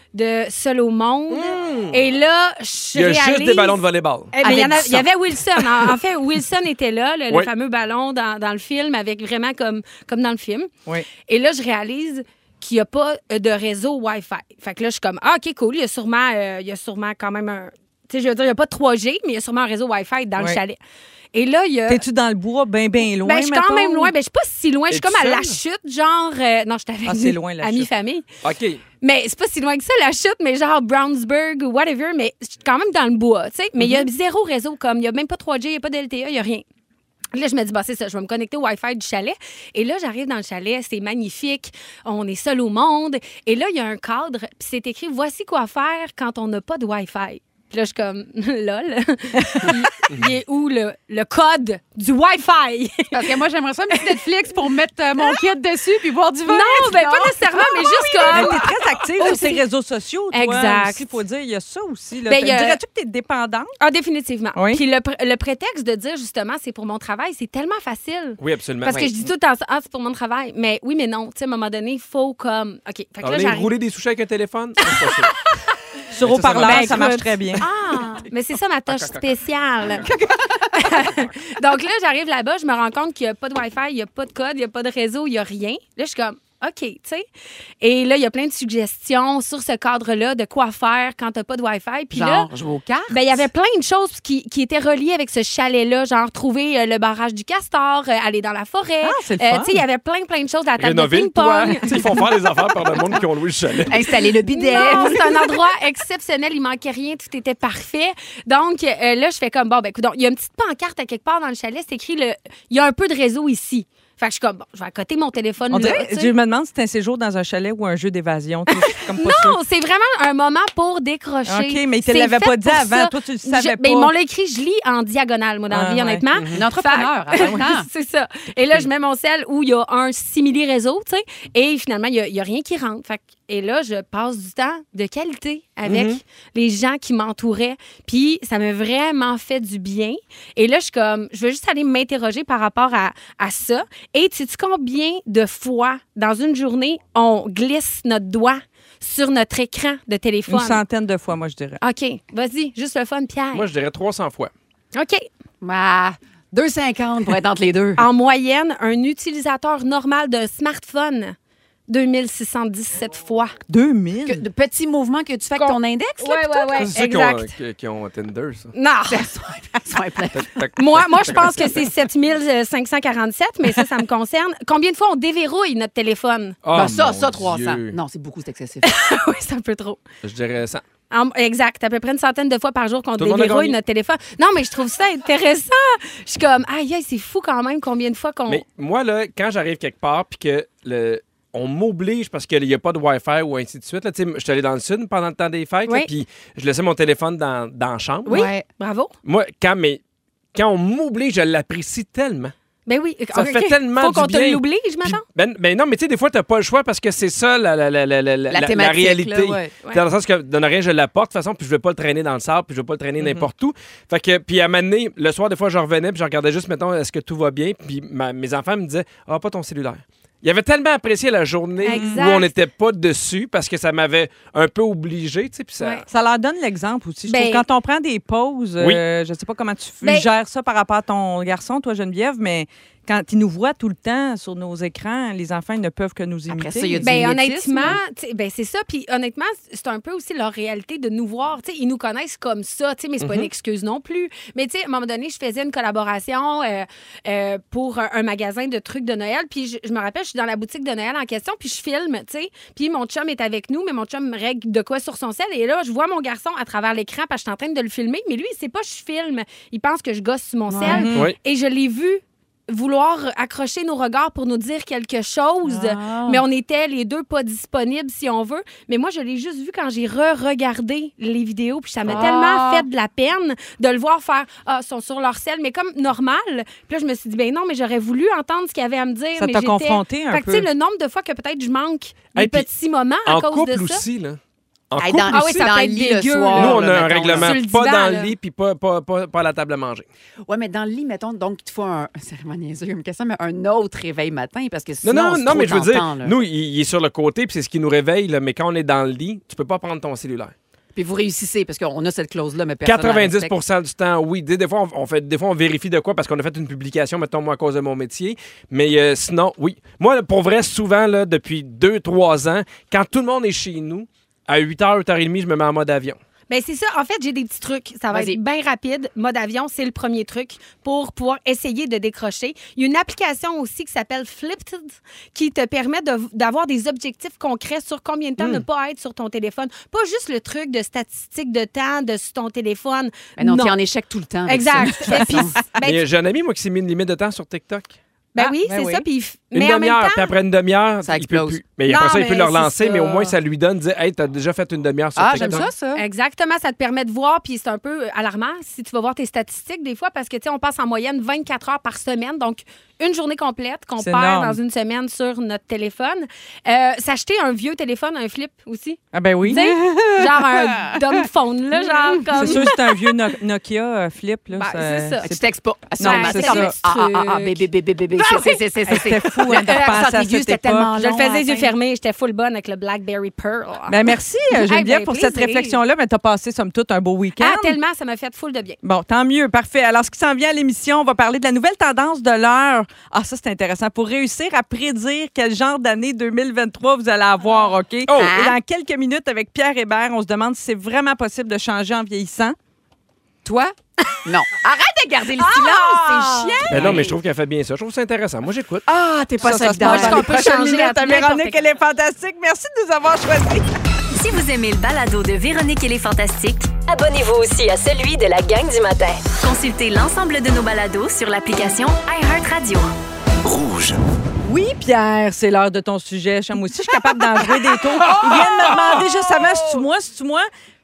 de Seul au monde. Et là, je Il y a réalise... juste des ballons de volleyball. Mais il y avait Wilson. En fait, Wilson était là, le Oui. fameux ballon dans le film, avec vraiment comme dans le film. Oui. Et là, je réalise qu'il n'y a pas de réseau Wi-Fi. Fait que là, je suis comme, OK, cool, il y a sûrement quand même un... Tu sais, je veux dire, il n'y a pas de 3G, mais il y a sûrement un réseau Wi-Fi dans le chalet. Et là, il y a... T'es-tu dans le bois bien loin, Ben, je suis quand même loin. Ben, je suis pas si loin. Je suis Es-tu comme à la seule? chute, genre... non, je suis avec c'est loin, la amis, chute. famille. OK. Mais c'est pas si loin que ça, la chute, mais genre Brownsburg ou whatever, mais je suis quand même dans le bois, tu sais. Mais il y a zéro réseau, comme il y a même pas 3G, il n'y a pas de LTE, il n'y a rien. Là, je me dis, bah, c'est ça, je vais me connecter au Wi-Fi du chalet. Et là, j'arrive dans le chalet, c'est magnifique, on est seul au monde. Et là, il y a un cadre, puis c'est écrit, voici quoi faire quand on n'a pas de Wi-Fi. Puis là, je suis comme, lol. Il est où le code du Wi-Fi? Parce que moi, j'aimerais ça un petit Netflix pour mettre mon kit dessus puis boire du vin. Non, ben pas nécessairement, mais juste Mais comme... t'es très active sur Aussi. tes réseaux sociaux, toi. Exact. Il faut dire, il y a ça aussi. Là. Ben, il y a- Dirais-tu que t'es dépendante? Ah, définitivement. Oui. Puis le prétexte de dire, justement, c'est pour mon travail, c'est tellement facile. Oui, absolument. Parce que je dis tout le temps, ah, c'est pour mon travail. Mais oui, mais non. Tu sais, à un moment donné, il faut comme. OK. Fait que Alors, là, là, j'arrive. rouler des sushis avec un téléphone? C'est pas ça. Sur Mais ça, ça haut-parleur, va- ça marche très bien. Ah, mais c'est ça ma tâche spéciale. Donc là, j'arrive là-bas, je me rends compte qu'il n'y a pas de Wi-Fi, il n'y a pas de code, il n'y a pas de réseau, il n'y a rien. Là, je suis comme, OK, tu sais. Et là, il y a plein de suggestions sur ce cadre-là de quoi faire quand tu n'as pas de Wi-Fi. Puis là, Genre, jouer aux cartes. ben, il y avait plein de choses qui étaient reliées avec ce chalet-là, genre trouver le barrage du castor, aller dans la forêt. Ah, c'est le fun. Tu sais, il y avait plein de choses, la table de Rénover le toit. ping-pong. Tu sais, ils font faire des affaires par le monde qui ont loué le chalet. Installer le bidet. Non, c'est un endroit exceptionnel. Il manquait rien. Tout était parfait. Donc, là, je fais comme, bon, ben, écoute, il y a une petite pancarte à quelque part dans le chalet. C'est écrit, il y a un peu de réseau ici. Fait que je suis comme, bon, je vais accoter mon téléphone On là. dirait, tu sais. je me demande si c'est un séjour dans un chalet ou un jeu d'évasion. Tu sais, je suis comme pas sûre. Non, c'est vraiment un moment pour décrocher. OK, mais ils te C'est l'avaient fait pas dit pour avant. ça. Toi, tu le savais Ben, ils pas. m'ont écrit, je lis en diagonale, moi, dans la Ah, vie, ouais. honnêtement. Une entrepreneur. Fait- en même temps. c'est ça. Et là, je mets mon sel où il y a un simili-réseau, tu sais, et finalement, il y a rien qui rentre. Fait que- et là, je passe du temps de qualité avec les gens qui m'entouraient. Puis, ça m'a vraiment fait du bien. Et là, je suis comme, je veux juste aller m'interroger par rapport à ça. Et sais-tu combien de fois, dans une journée, on glisse notre doigt sur notre écran de Une téléphone? centaine de fois, moi, je dirais. OK, vas-y, juste le fun, Pierre. Moi, je dirais 300 fois. OK. Ah, 2,50 pour être entre les deux. En moyenne, un utilisateur normal d'un smartphone, 2617 fois. 2000? De petits mouvements que tu fais avec ton index, là, Ouais, pis tout, ouais, C'est ceux exact. qui ont Tinder, ça. Non. Swipe left. Moi, je pense que c'est 7547, mais ça me concerne. Combien de fois on déverrouille notre téléphone? Oh, Ben, ça, mon 300. Dieu. Non, c'est beaucoup, c'est excessif. Oui, c'est un peu trop. Je dirais 100. Exact. À peu près une centaine de fois par jour qu'on Tout le monde a déverrouille gagné. notre téléphone. Non, mais je trouve ça intéressant. Je suis comme, aïe, aïe, c'est fou quand même combien de fois qu'on... Mais moi, là, quand j'arrive quelque part puis que on m'oblige parce qu'il n'y a pas de Wi-Fi ou ainsi de suite. Là, tu sais, je suis allé dans le sud pendant le temps des fêtes, Oui. là, puis je laissais mon téléphone dans la chambre. Oui, Ouais. bravo. Moi, quand on m'oblige, je l'apprécie tellement. Ben oui. Ça OK. fait tellement Faut du qu'on te bien. l'oblige, Puis, maintenant? ben non, mais tu sais, des fois, t'as pas le choix parce que c'est ça la thématique, réalité. là, ouais. Dans le sens que de rien, je l'apporte de toute façon, puis je vais pas le traîner dans le sable, puis je vais pas le traîner n'importe où. Fait que, puis à un moment donné, le soir, des fois, je revenais, puis je regardais juste, mettons, est-ce que tout va bien, puis mes enfants me disaient, ah, pas ton cellulaire. Ils avaient tellement apprécié la journée Exact. où on n'était pas dessus parce que ça m'avait un peu obligé, tu sais, puis ça... Ouais. Ça leur donne l'exemple aussi. Je Ben- trouve quand on prend des pauses, Oui. je sais pas comment tu Ben- gères ça par rapport à ton garçon, toi, Geneviève, mais quand ils nous voient tout le temps sur nos écrans, les enfants ils ne peuvent que nous imiter. Après ça, il y a du Ben mimétisme. honnêtement, ben c'est ça. Puis honnêtement, c'est un peu aussi leur réalité de nous voir. T'sais, ils nous connaissent comme ça, t'sais, mais c'est pas une excuse non plus. Mais tu sais, à un moment donné, je faisais une collaboration pour un magasin de trucs de Noël. Puis je me rappelle, je suis dans la boutique de Noël en question, puis je filme, tu sais. Puis mon chum est avec nous, mais mon chum règle de quoi sur son sel. Et là, je vois mon garçon à travers l'écran parce que je suis en train de le filmer. Mais lui, il sait pas que je filme. Il pense que je gosse sur mon sel. Oui. Et je l'ai vu vouloir accrocher nos regards pour nous dire quelque chose, mais on était les deux pas disponibles, si on veut. Mais moi, je l'ai juste vu quand j'ai re-regardé les vidéos, puis ça m'a tellement fait de la peine de le voir faire « Ah, ils sont sur leur sel », mais comme normal. Puis là, je me suis dit « Ben non, mais j'aurais voulu entendre ce qu'il y avait à me dire. » Ça mais t'a j'étais- confronté un Fait que, peu. tu sais, le nombre de fois que peut-être je manque des Hey, puis petits moments En à cause couple de ça. aussi, là. En Hey, couple, dans, oui, ça dans peut le être lit le dégueu, soir. nous, on là, a un mettons, règlement. Sur le Pas divan, dans là. le lit, puis pas à la table à manger. Oui, mais dans le lit, mettons, donc, il te faut c'est vraiment niaiseux, une question, mais un autre réveil matin, parce que sinon, Non, mais je veux dire, là. nous, il est sur le côté, puis c'est ce qui nous réveille, là, mais quand on est dans le lit, tu peux pas prendre ton cellulaire. Puis vous réussissez, parce qu'on a cette clause-là, mais personne la 90 respecte. du temps, oui. Des fois, on vérifie de quoi parce qu'on a fait une publication, mettons, moi, à cause de mon métier. Mais sinon, oui. Moi, pour vrai, souvent, là, depuis 2-3 ans, quand tout le monde est chez nous, à 8h, 8h30, je me mets en mode avion. Ben c'est ça. En fait, j'ai des petits trucs. Ça va Vas-y. être bien rapide. Mode avion, c'est le premier truc pour pouvoir essayer de décrocher. Il y a une application aussi qui s'appelle Flipped qui te permet d'avoir des objectifs concrets sur combien de temps ne pas être sur ton téléphone. Pas juste le truc de statistiques de temps sur ton téléphone. Ben non, t'es en échec tout le temps. avec Exact. ça, de toute façon. Ben, Mais j'ai un ami, moi, qui s'est mis une limite de temps sur TikTok. oui, ben c'est oui. ça. Puis, Une mais en même demi-heure, temps, puis après une demi-heure, Ça il peut explose. plus. Mais Non, après ça, il peut mais le c'est relancer, ça. mais au moins, ça lui donne, dire, hey, t'as déjà fait une demi-heure sur Ah, TikTok. j'aime ça. Exactement, ça te permet de voir, puis c'est un peu alarmant si tu vas voir tes statistiques des fois, parce que, tu sais, on passe en moyenne 24 heures par semaine, donc une journée complète qu'on C'est perd énorme. dans une semaine sur notre téléphone. S'acheter un vieux téléphone, un flip aussi. Ah ben oui. Tu sais, genre un dumb phone, là, genre comme... C'est sûr que c'est un vieux Nokia flip. Là, Ben, c'est ça. Tu textes pas. Non, Ben, c'est c'est ça. comme un petit truc. bébé. C'était fou hein, de repenser à cette époque. Je le faisais les yeux fermés, j'étais full bonne avec le Blackberry Pearl. Ben merci Geneviève ben, pour cette plaisir. réflexion-là. Mais t'as passé, somme toute, un beau week-end. Ah, tellement, ça m'a fait full de bien. Bon, tant mieux, parfait. Alors, ce qui s'en vient à l'émission, on va parler de la nouvelle tendance de l'heure. Ah, ça, c'est intéressant. Pour réussir à prédire quel genre d'année 2023 vous allez avoir, OK? Oh! Et dans quelques minutes, avec Pierre Hébert, on se demande si c'est vraiment possible de changer en vieillissant. Toi? Non. Arrête de garder le silence, c'est chiant. Ben non, mais je trouve qu'elle fait bien ça. Je trouve ça intéressant. Moi, j'écoute. Ah, t'es pas Ça se solidaire. passe dans les peut prochaines changer minutes. à Véronique, n'importe elle est fantastique. Merci de nous avoir choisis. Si vous aimez le balado de Véronique et les Fantastiques, Abonnez-vous aussi à celui de la gang du matin. consultez l'ensemble de nos balados sur l'application iHeartRadio. Rouge. Oui, Pierre, c'est l'heure de ton sujet. Moi aussi, je suis capable d'en jouer des tours. Ils viennent me demander juste avant, c'est-tu moi?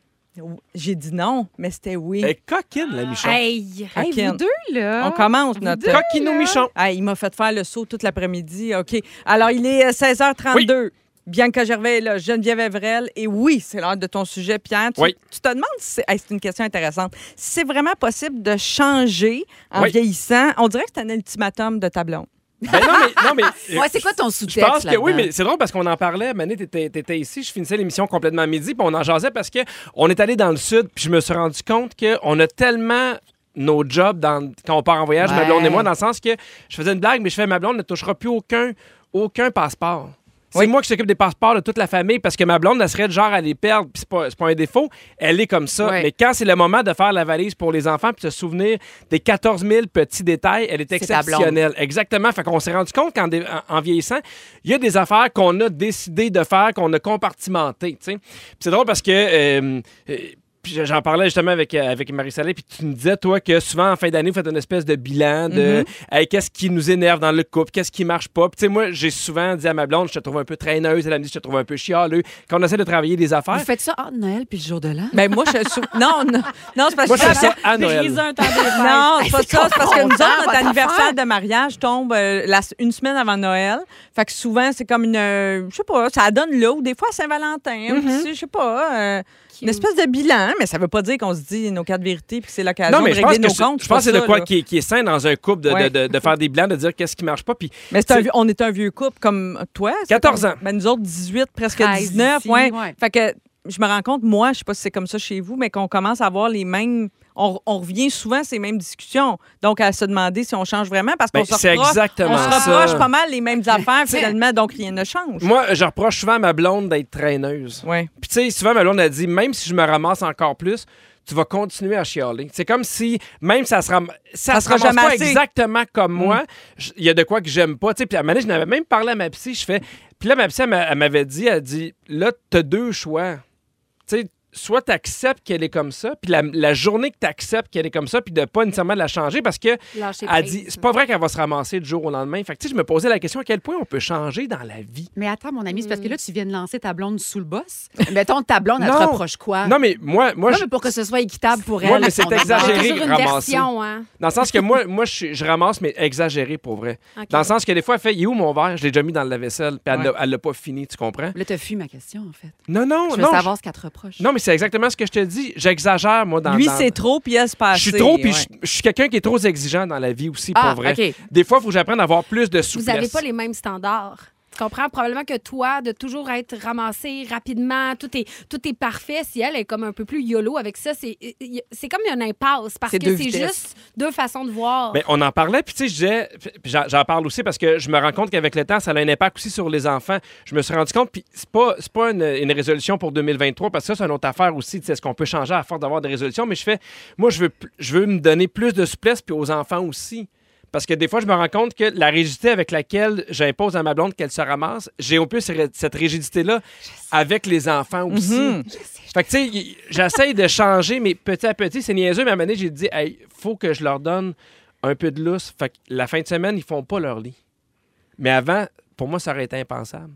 J'ai dit non, mais c'était oui. Elle est coquine, la Michon. Hey! Hey, Coquine. vous deux, là. On commence notre... Coquino Michon. Ah, il m'a fait faire le saut toute l'après-midi. OK. Alors, il est 16h32. Bianca Gervais est là, Geneviève Evrel. Et oui, c'est l'heure de ton sujet, Pierre. Tu te demandes si c'est une question intéressante. Si c'est vraiment possible de changer en vieillissant, on dirait que c'est un ultimatum de ta blonde. Ben non, mais Ouais, c'est quoi ton je sous-texte pense que là-dedans? oui, mais c'est drôle parce qu'on en parlait. Mané, t'étais ici, je finissais l'émission complètement à midi, puis on en jasait parce qu'on est allé dans le sud, puis je me suis rendu compte qu'on a tellement nos jobs quand on part en voyage, ma blonde et moi, dans le sens que je faisais une blague, mais je fais ma blonde ne touchera plus aucun passeport. C'est moi qui s'occupe des passeports de toute la famille parce que ma blonde, elle serait de genre à les perdre, puis c'est pas un défaut. Elle est comme ça. Ouais. Mais quand c'est le moment de faire la valise pour les enfants puis se souvenir des 14 000 petits détails, elle est C'est ta blonde. exceptionnelle. Exactement. Fait qu'on s'est rendu compte qu'en vieillissant, il y a des affaires qu'on a décidé de faire, qu'on a compartimentées. Puis c'est drôle parce que... puis j'en parlais justement avec Marie-Salée, puis tu me disais, toi, que souvent, en fin d'année, vous faites une espèce de bilan de hey, qu'est-ce qui nous énerve dans le couple, qu'est-ce qui marche pas. Puis tu sais, moi, j'ai souvent dit à ma blonde, je te trouve un peu traîneuse, elle me dit, je te trouve un peu chialeux. Quand on essaie de travailler des affaires... Vous faites ça entre Noël puis le jour de l'an? Ben moi, non, c'est parce Moi, que... je fais ça à Noël. Non, c'est pas ça. C'est parce que nous autres, notre anniversaire de mariage tombe une semaine avant Noël. Fait que souvent, c'est comme une... je sais pas, ça donne là, ou des fois à Saint-Valentin. Je sais pas... une espèce de bilan, mais ça veut pas dire qu'on se dit nos quatre vérités puis que c'est l'occasion de régler nos comptes. Je pense que c'est de ça, quoi là. qui est sain dans un couple de faire des bilans, de dire qu'est-ce qui marche pas. Puis, Mais on est un vieux couple comme toi. 14 ans. Ben, nous autres, 18, presque 13 19. ici, Ouais. ouais. Fait que je me rends compte, moi, je sais pas si c'est comme ça chez vous, mais qu'on commence à avoir les mêmes... On revient souvent à ces mêmes discussions. Donc, à se demander si on change vraiment parce qu'on Ben, se c'est reproche, exactement on se ça. reproche pas mal les mêmes affaires finalement, donc rien ne change. moi, je reproche souvent à ma blonde d'être traîneuse. Ouais. Puis tu sais, souvent, ma blonde a dit, même si je me ramasse encore plus, tu vas continuer à chialer. C'est comme si, même ça se ramasse jamais pas assez. exactement comme moi, il y a de quoi que j'aime pas. Tu sais, puis à un moment donné, je n'avais même parlé à ma psy, puis là, ma psy, elle m'avait dit, là, t'as deux choix. Tu sais, soit tu acceptes qu'elle est comme ça, puis la journée que tu acceptes qu'elle est comme ça, puis de pas nécessairement la changer, parce que elle dit, c'est pas vrai qu'elle va se ramasser du jour au lendemain. Fait que, tu sais, je me posais la question à quel point on peut changer dans la vie. Mais attends, mon ami, c'est parce que là, tu viens de lancer ta blonde sous le boss. Mettons, ta blonde, elle te reproche quoi? Non, mais moi non, mais pour que ce soit équitable pour elle. Moi, mais c'est exagéré, toujours une ramasser. version, hein? Dans le sens que moi je ramasse, mais exagéré pour vrai. Okay. Dans le sens que des fois, elle fait, il est où mon verre? Je l'ai déjà mis dans le lave-vaisselle, puis elle l'a pas fini, tu comprends? Là, t'as fui ma question, en fait. Non. Je veux savoir ce qu'elle te reproche. Non, mais c'est exactement ce que je te dis. J'exagère, moi, dans... Lui, c'est trop, puis elle se passe. Je suis trop, puis je suis quelqu'un qui est trop exigeant dans la vie aussi, pour vrai. OK. Des fois, il faut que j'apprenne à avoir plus de souplesse. Vous n'avez pas les mêmes standards. Tu comprends? Probablement que toi, de toujours être ramassé rapidement, tout est parfait. Si elle est comme un peu plus YOLO avec ça, c'est comme une impasse parce que c'est juste deux façons de voir. Bien, on en parlait, puis tu sais, je disais, puis j'en parle aussi parce que je me rends compte qu'avec le temps, ça a un impact aussi sur les enfants. Je me suis rendu compte, puis c'est pas une résolution pour 2023 parce que ça, c'est une autre affaire aussi. Tu sais, est-ce qu'on peut changer à force d'avoir des résolutions? Mais moi, je veux me donner plus de souplesse, puis aux enfants aussi. Parce que des fois, je me rends compte que la rigidité avec laquelle j'impose à ma blonde qu'elle se ramasse, j'ai un peu cette rigidité-là avec les enfants aussi. Fait que, tu sais, j'essaye de changer, mais petit à petit, c'est niaiseux, mais à un moment donné, j'ai dit, hey, faut que je leur donne un peu de lousse. Fait que la fin de semaine, ils font pas leur lit. Mais avant, pour moi, ça aurait été impensable.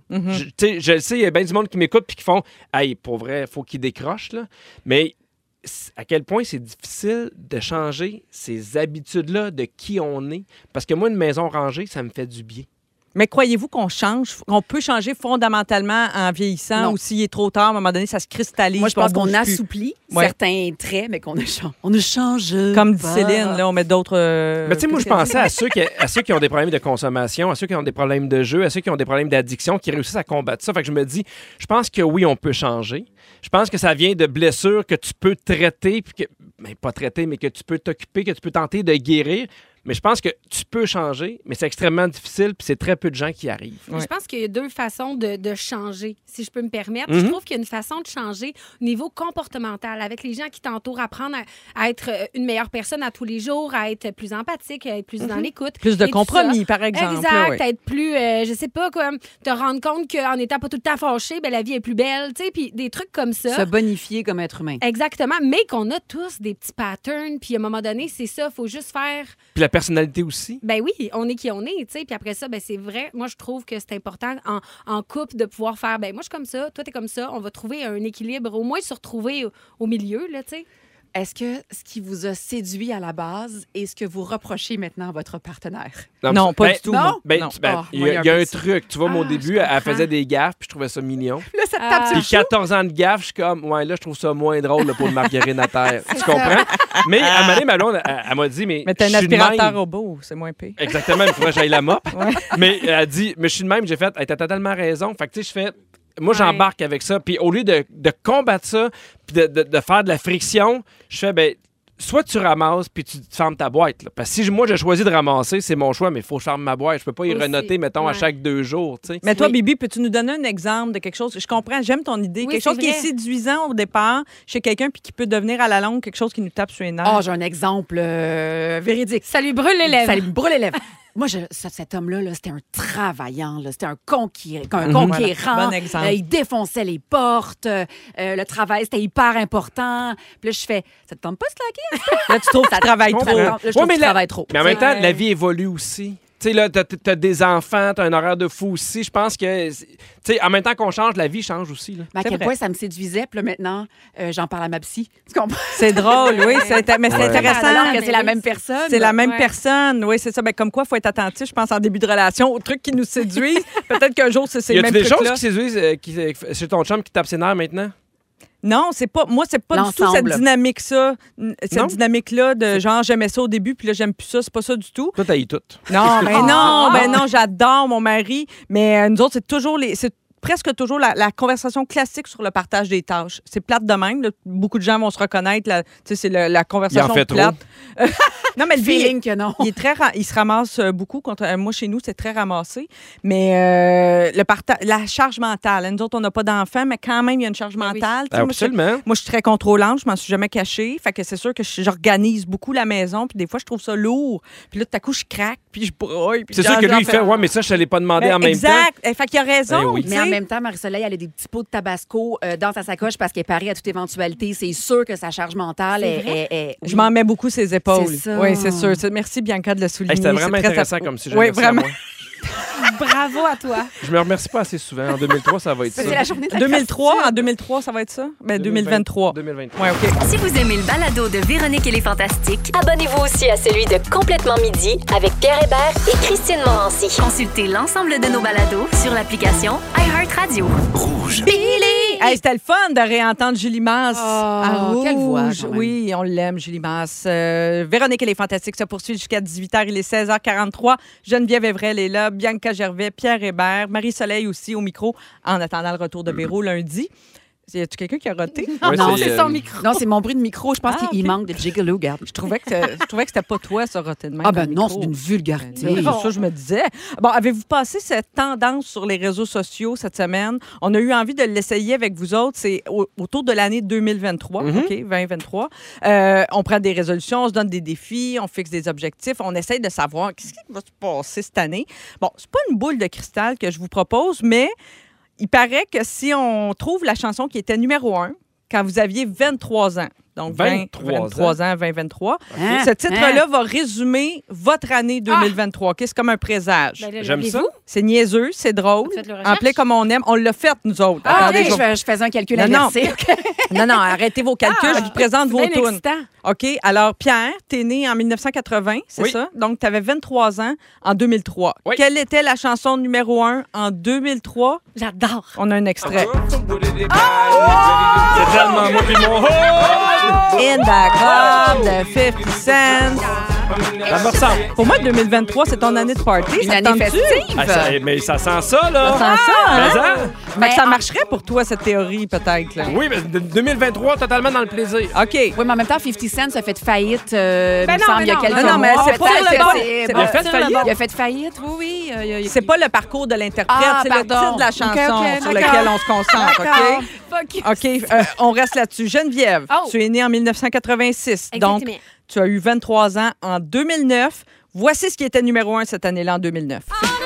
Je le sais, il y a bien du monde qui m'écoute puis qui font, hey, pour vrai, faut qu'ils décrochent, là. Mais à quel point c'est difficile de changer ces habitudes-là de qui on est. Parce que moi, une maison rangée, ça me fait du bien. Mais croyez-vous qu'on peut changer fondamentalement en vieillissant Non. ou s'il est trop tard, à un moment donné, ça se cristallise? Moi, je pense qu'on bouge plus. assouplit certains traits, mais qu'on ne change Comme dit pas. Céline, là, on met d'autres... Mais tu sais, moi, je pensais à ceux qui ont des problèmes de consommation, à ceux qui ont des problèmes de jeu, à ceux qui ont des problèmes d'addiction, qui réussissent à combattre ça. Fait que je me dis, je pense que oui, on peut changer. Je pense que ça vient de blessures que tu peux traiter, puis pas traiter, mais que tu peux t'occuper, que tu peux tenter de guérir. Mais je pense que tu peux changer, mais c'est extrêmement difficile, puis c'est très peu de gens qui arrivent. Je pense qu'il y a deux façons de changer, si je peux me permettre. Je trouve qu'il y a une façon de changer au niveau comportemental, avec les gens qui t'entourent, apprendre à être une meilleure personne à tous les jours, à être plus empathique, à être plus dans l'écoute. Plus de compromis, par exemple. Exact, être plus, je sais pas, comme te rendre compte qu'en n'étant pas tout le temps fâché, ben, la vie est plus belle, tu sais, puis des trucs comme ça. Se bonifier comme être humain. Exactement, mais qu'on a tous des petits patterns, puis à un moment donné, c'est ça, il faut juste faire... Puis la personnalité aussi. Ben oui, on est qui on est, tu sais. Puis après ça, ben c'est vrai. Moi, je trouve que c'est important en couple de pouvoir faire, ben moi, je suis comme ça, toi, t'es comme ça. On va trouver un équilibre, au moins se retrouver au milieu, là, tu sais. Est-ce que ce qui vous a séduit à la base est ce que vous reprochez maintenant à votre partenaire? Non, pas du tout. Non? Il y a un truc. Tu vois, au début, elle faisait des gaffes, puis je trouvais ça mignon. Là, ça te tape sur Puis le chou. 14 ans de gaffes, je suis comme, ouais, là, je trouve ça moins drôle là, pour une margarine à terre. Tu comprends? Mais à un moment donné, ma blonde, elle m'a dit, mais t'as un je suis de aspirateur même. robot, c'est moins pire. Exactement, il faudrait que j'aille la mop. Mais elle dit, mais je suis de même, j'ai fait, t'as totalement raison. Fait que, tu sais, je fais, moi, j'embarque avec ça. Puis au lieu de combattre ça, puis de faire de la friction, je fais, ben, soit tu ramasses puis tu fermes ta boîte. Là. Parce que si moi, j'ai choisi de ramasser, c'est mon choix, mais il faut que je ferme ma boîte. Je peux pas y renoter, mettons, à chaque 2 jours. T'sais. Mais toi, Bibi, peux-tu nous donner un exemple de quelque chose? Je comprends, j'aime ton idée. Oui, quelque chose c'est qui est vrai. séduisant au départ chez quelqu'un puis qui peut devenir à la longue quelque chose qui nous tape sur les nerfs. Ah, j'ai un exemple véridique. Ça lui brûle les lèvres. Ça lui brûle les lèvres. Moi, cet homme-là, c'était un travaillant, là, c'était un conquérant. Bon exemple. Il défonçait les portes. Le travail, c'était hyper important. Puis là, je fais, ça te tente pas slacker? Là, tu trouves que tu travailles trop. Là, je trouve que tu travailles trop. Mais en même temps, la vie évolue aussi. Tu sais, là, t'as des enfants, t'as un horaire de fou aussi. Je pense que, tu sais, en même temps qu'on change, la vie change aussi. Là. Mais à quel point ça me séduisait. Puis là, maintenant, j'en parle à ma psy. Tu comprends? C'est drôle, oui. Mais c'est intéressant. Alors que c'est la même personne. C'est la même personne, oui, c'est ça. Ben, comme quoi, il faut être attentif, je pense, en début de relation, aux trucs qui nous séduisent. Peut-être qu'un jour, c'est ces mêmes trucs-là. Y a-tu des trucs-là. choses qui séduisent chez ton chum qui tape ses nerfs maintenant? Non, c'est pas. Moi, c'est pas du tout cette dynamique-là. Cette dynamique-là de genre, j'aimais ça au début, puis là, j'aime plus ça. C'est pas ça du tout. Toi, t'haïs tout. Non, non, j'adore mon mari. Mais nous autres, c'est toujours c'est presque toujours la conversation classique sur le partage des tâches. C'est plate de même. Là. Beaucoup de gens vont se reconnaître. Tu sais, c'est la conversation il en fait plate. Non, mais le feeling que non. Il se ramasse beaucoup. Moi, chez nous, c'est très ramassé. Mais la charge mentale. Nous autres, on n'a pas d'enfants, mais quand même, il y a une charge mentale. Oui. Absolument. Moi, je suis très contrôlante. Je m'en suis jamais cachée. Fait que c'est sûr que j'organise beaucoup la maison. Puis des fois, je trouve ça lourd. Puis là, tout à coup, je craque. Puis je broille. C'est sûr que lui, il fait, ouais, mais ça, je te l'ai pas demandé en même temps. Exact. Fait qu'il a raison. Oui. Mais en même temps, Marie-Soleil, elle a des petits pots de tabasco dans sa sacoche parce qu'elle parie à toute éventualité. C'est sûr que sa charge mentale est... Je m'en mets beaucoup ses épaules. C'est ça. Oui, c'est sûr. Merci, Bianca, de le souligner. C'était vraiment C'est très intéressant comme sujet. Oui, Merci vraiment. à moi. Bravo à toi. Je me remercie pas assez souvent. En 2003, ça va être ça. C'est la journée de la 2003, en 2003, ça va être ça? Ben, 2023. 2023. Oui, OK. Si vous aimez le balado de Véronique et les Fantastiques, Abonnez-vous aussi à celui de Complètement Midi avec Pierre Hébert et Christine Morancy. consultez l'ensemble de nos balados sur l'application iHeartRadio. Hey, c'était le fun de réentendre Julie Masse à Rouge. quelle voix, quand même. Oui, on l'aime, Julie Masse. Véronique et les Fantastiques se poursuit jusqu'à 18h. Il est 16h43. Geneviève Evrel est là. Bianca Gervais, Pierre Hébert, Marie-Soleil aussi au micro en attendant le retour de Véro lundi. Y a-tu quelqu'un qui a roté? Ouais, Non, c'est, c'est son micro. Non, c'est mon bruit de micro. Je pense Ah, qu'il ok. manque de gigolo, regarde. Je trouvais que c'était pas toi, ça roté de même. Ah dans ben le non, micro. c'est d'une vulgarité. C'est ça, je me disais. Bon, avez-vous passé cette tendance sur les réseaux sociaux cette semaine? On a eu envie de l'essayer avec vous autres. C'est autour de l'année 2023, OK, 2023. On prend des résolutions, on se donne des défis, on fixe des objectifs, on essaye de savoir qu'est-ce qui va se passer cette année. Bon, c'est pas une boule de cristal que je vous propose, mais il paraît que si on trouve la chanson qui était numéro 1 quand vous aviez 23 ans, donc 23 ans, 2023, Hein? ce titre-là va résumer votre année 2023. OK? C'est comme un présage. Ben là, J'aime ça. l'avez-vous? C'est niaiseux, c'est drôle. Faites le En recherche. plein comme on aime. On l'a fait, nous autres. Ah, Attendez, OK, je faisais un calcul Non, non. inversé. Non, arrêtez vos calculs. Je vous présente vos Bien tunes. excitant. OK? Alors, Pierre, t'es né en 1980, c'est Oui. ça? Donc, tu avais 23 ans en 2003. Oui. Quelle était la chanson numéro 1 en 2003? J'adore. On a un extrait. C'est tellement moi puis mon... In the club de 50 Cent. Ça me ressemble. Pour moi, 2023, c'est ton année de party. Une Ça te année tente-tu? festive. Mais ça sent ça, là. Ça sent ça, hein? Mais, hein? Fait que ça marcherait pour toi, cette théorie, peut-être. Là. Oui, mais 2023, totalement dans le plaisir. OK. Oui, mais en même temps, 50 Cent, ça fait faillite, il me non, semble, mais il y a non, quelques non, mois. mais c'est pas Peut-être le que bon. c'est- C'est bon. Il a fait faillite? Il a fait faillite, oui. C'est pas le parcours de l'interprète, Ah, c'est le pardon. titre de la chanson OK, sur d'accord. lequel on se concentre, D'accord. OK? OK, on reste là-dessus. Geneviève, Oh. tu es née en 1986, donc Exactement. tu as eu 23 ans en 2009. Voici ce qui était numéro 1 cette année-là, en 2009.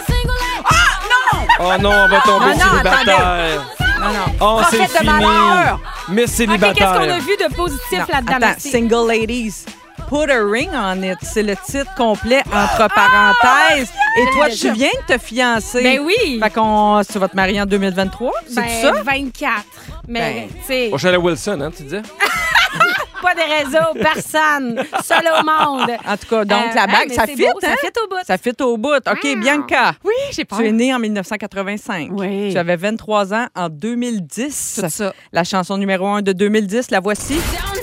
Oh non, on va tomber Non, non, célibataire. Non, non. Oh, c'est Prophète de fini. malheur. Miss OK, qu'est-ce qu'on a célibataire. vu de positif Non, là-dedans? attends, Merci. Single Ladies. Put a ring on it. C'est le titre complet entre parenthèses. Et toi, tu viens de te fiancer. Ben oui. Fait qu'on tu vas te marier en 2023. C'est Ben, ça? 24. Mais, Ben. tu sais, Au chalet Wilson, hein, tu disais? pas de réseau, personne, seul au monde. En tout cas, donc la bague, mais ça c'est fit, beau, hein? Ça fit au bout. Ça fit au bout. OK, Bianca. Oui, j'ai peur. Tu es née en 1985. Oui. Tu avais 23 ans en 2010. Tout ça. La chanson numéro 1 de 2010, la voici.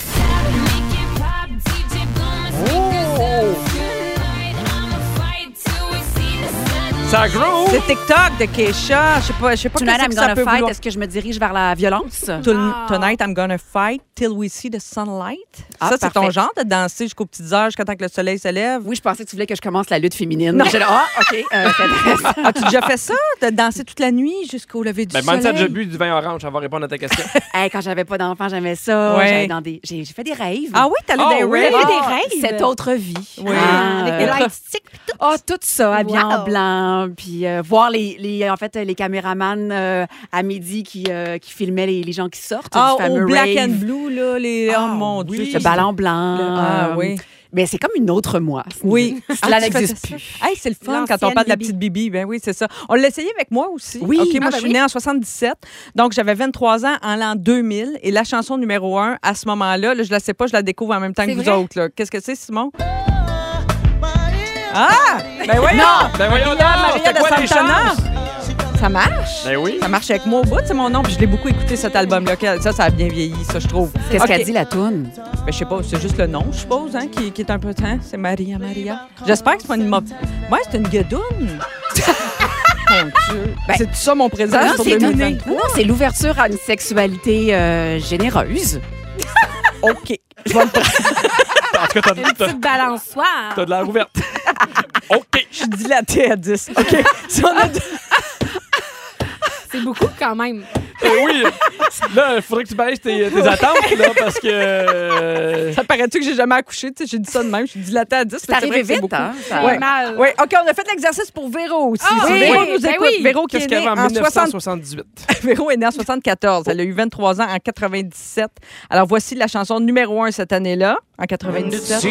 Ça groove. C'est TikTok de Keisha. Je sais pas Tonight, qu'est-ce I'm que ça gonna peut fight. vouloir. Est-ce que je me dirige vers la violence? Tonight, I'm gonna fight till we see the sunlight. Ah, Ça, c'est ton parfait. genre de danser jusqu'aux petites heures, jusqu'à temps que le soleil se lève. Oui, je pensais que tu voulais que je commence la lutte féminine. J'étais là, OK, c'est intéressant. As-tu déjà fait ça? De danser toute la nuit jusqu'au lever du Ben, soleil? Mandy a déjà bu du vin orange, ça va répondre à ta question. Hey, quand j'avais pas d'enfant, j'aimais ça. Ouais. J'allais dans des... J'ai fait des rêves. Ah oui, t'allais Oh, des oui. raves? T'as fait des Ah, rêves? Cette autre vie. Oui. Ah, Avec des light sticks pis tout. Ah, tout ça, habillé en Wow. blanc, puis voir en fait, les caméramans à midi qui filmaient les gens qui sortent Ah, du fameux au black rave. and blue, là, les... Ah, oh mon oui. Dieu. Ce ballon blanc. Ah, oui. Mais c'est comme une autre moi. Oui. Là, tu n'existe faisais plus. ça? Hey, c'est le fun quand on L'ancienne parle de la Bibi. petite Bibi. Ben oui, c'est ça. On l'a essayé avec moi aussi. Oui. OK, moi, Ah, ben je suis oui. née en 77. Donc, j'avais 23 ans en l'an 2000. Et la chanson numéro 1, à ce moment-là, là, je la sais pas, je la découvre en même temps que C'est vous vrai? autres. là. Qu'est-ce que c'est, Simon? Ah! Ben voyons! Ben voyons donc, Maria c'était de quoi les Santana. chances? Ça marche? Ben oui. Ça marche avec moi au bout, c'est mon nom. Puis je l'ai beaucoup écouté, cet album-là. Ça a bien vieilli, ça, je trouve. Qu'est-ce OK. qu'a dit la toune? Ben, je sais pas, c'est juste le nom, je suppose, hein, qui est un peu... Hein? C'est Maria. J'espère que c'est pas une... Ouais, c'est une guedoune. Mon Dieu. C'est tout ça, mon présent Non, sur c'est 2023. non, c'est l'ouverture à une sexualité généreuse. OK. Je vais le prendre. En tout cas, Une petite balançoire. t'as de l'air ouverte. OK. Je suis dilatée à 10. OK. Si on a... C'est beaucoup quand même. Oui. Là, il faudrait que tu baisses tes attentes, là, parce que... Ça paraît-tu que j'ai jamais accouché? Tu sais, j'ai dit ça de même. Je suis dilatée à 10. C'est arrivé vite, hein? Ouais. Mal. Ouais. OK, on a fait l'exercice pour Véro aussi. Ah, Si oui. Véro nous Ben écoute. oui. Véro qui Qu'est-ce est qu'il y née avait en 1978? Véro est née en 74. Elle a eu 23 ans en 97. Alors, voici la chanson numéro 1 cette année-là, en 97.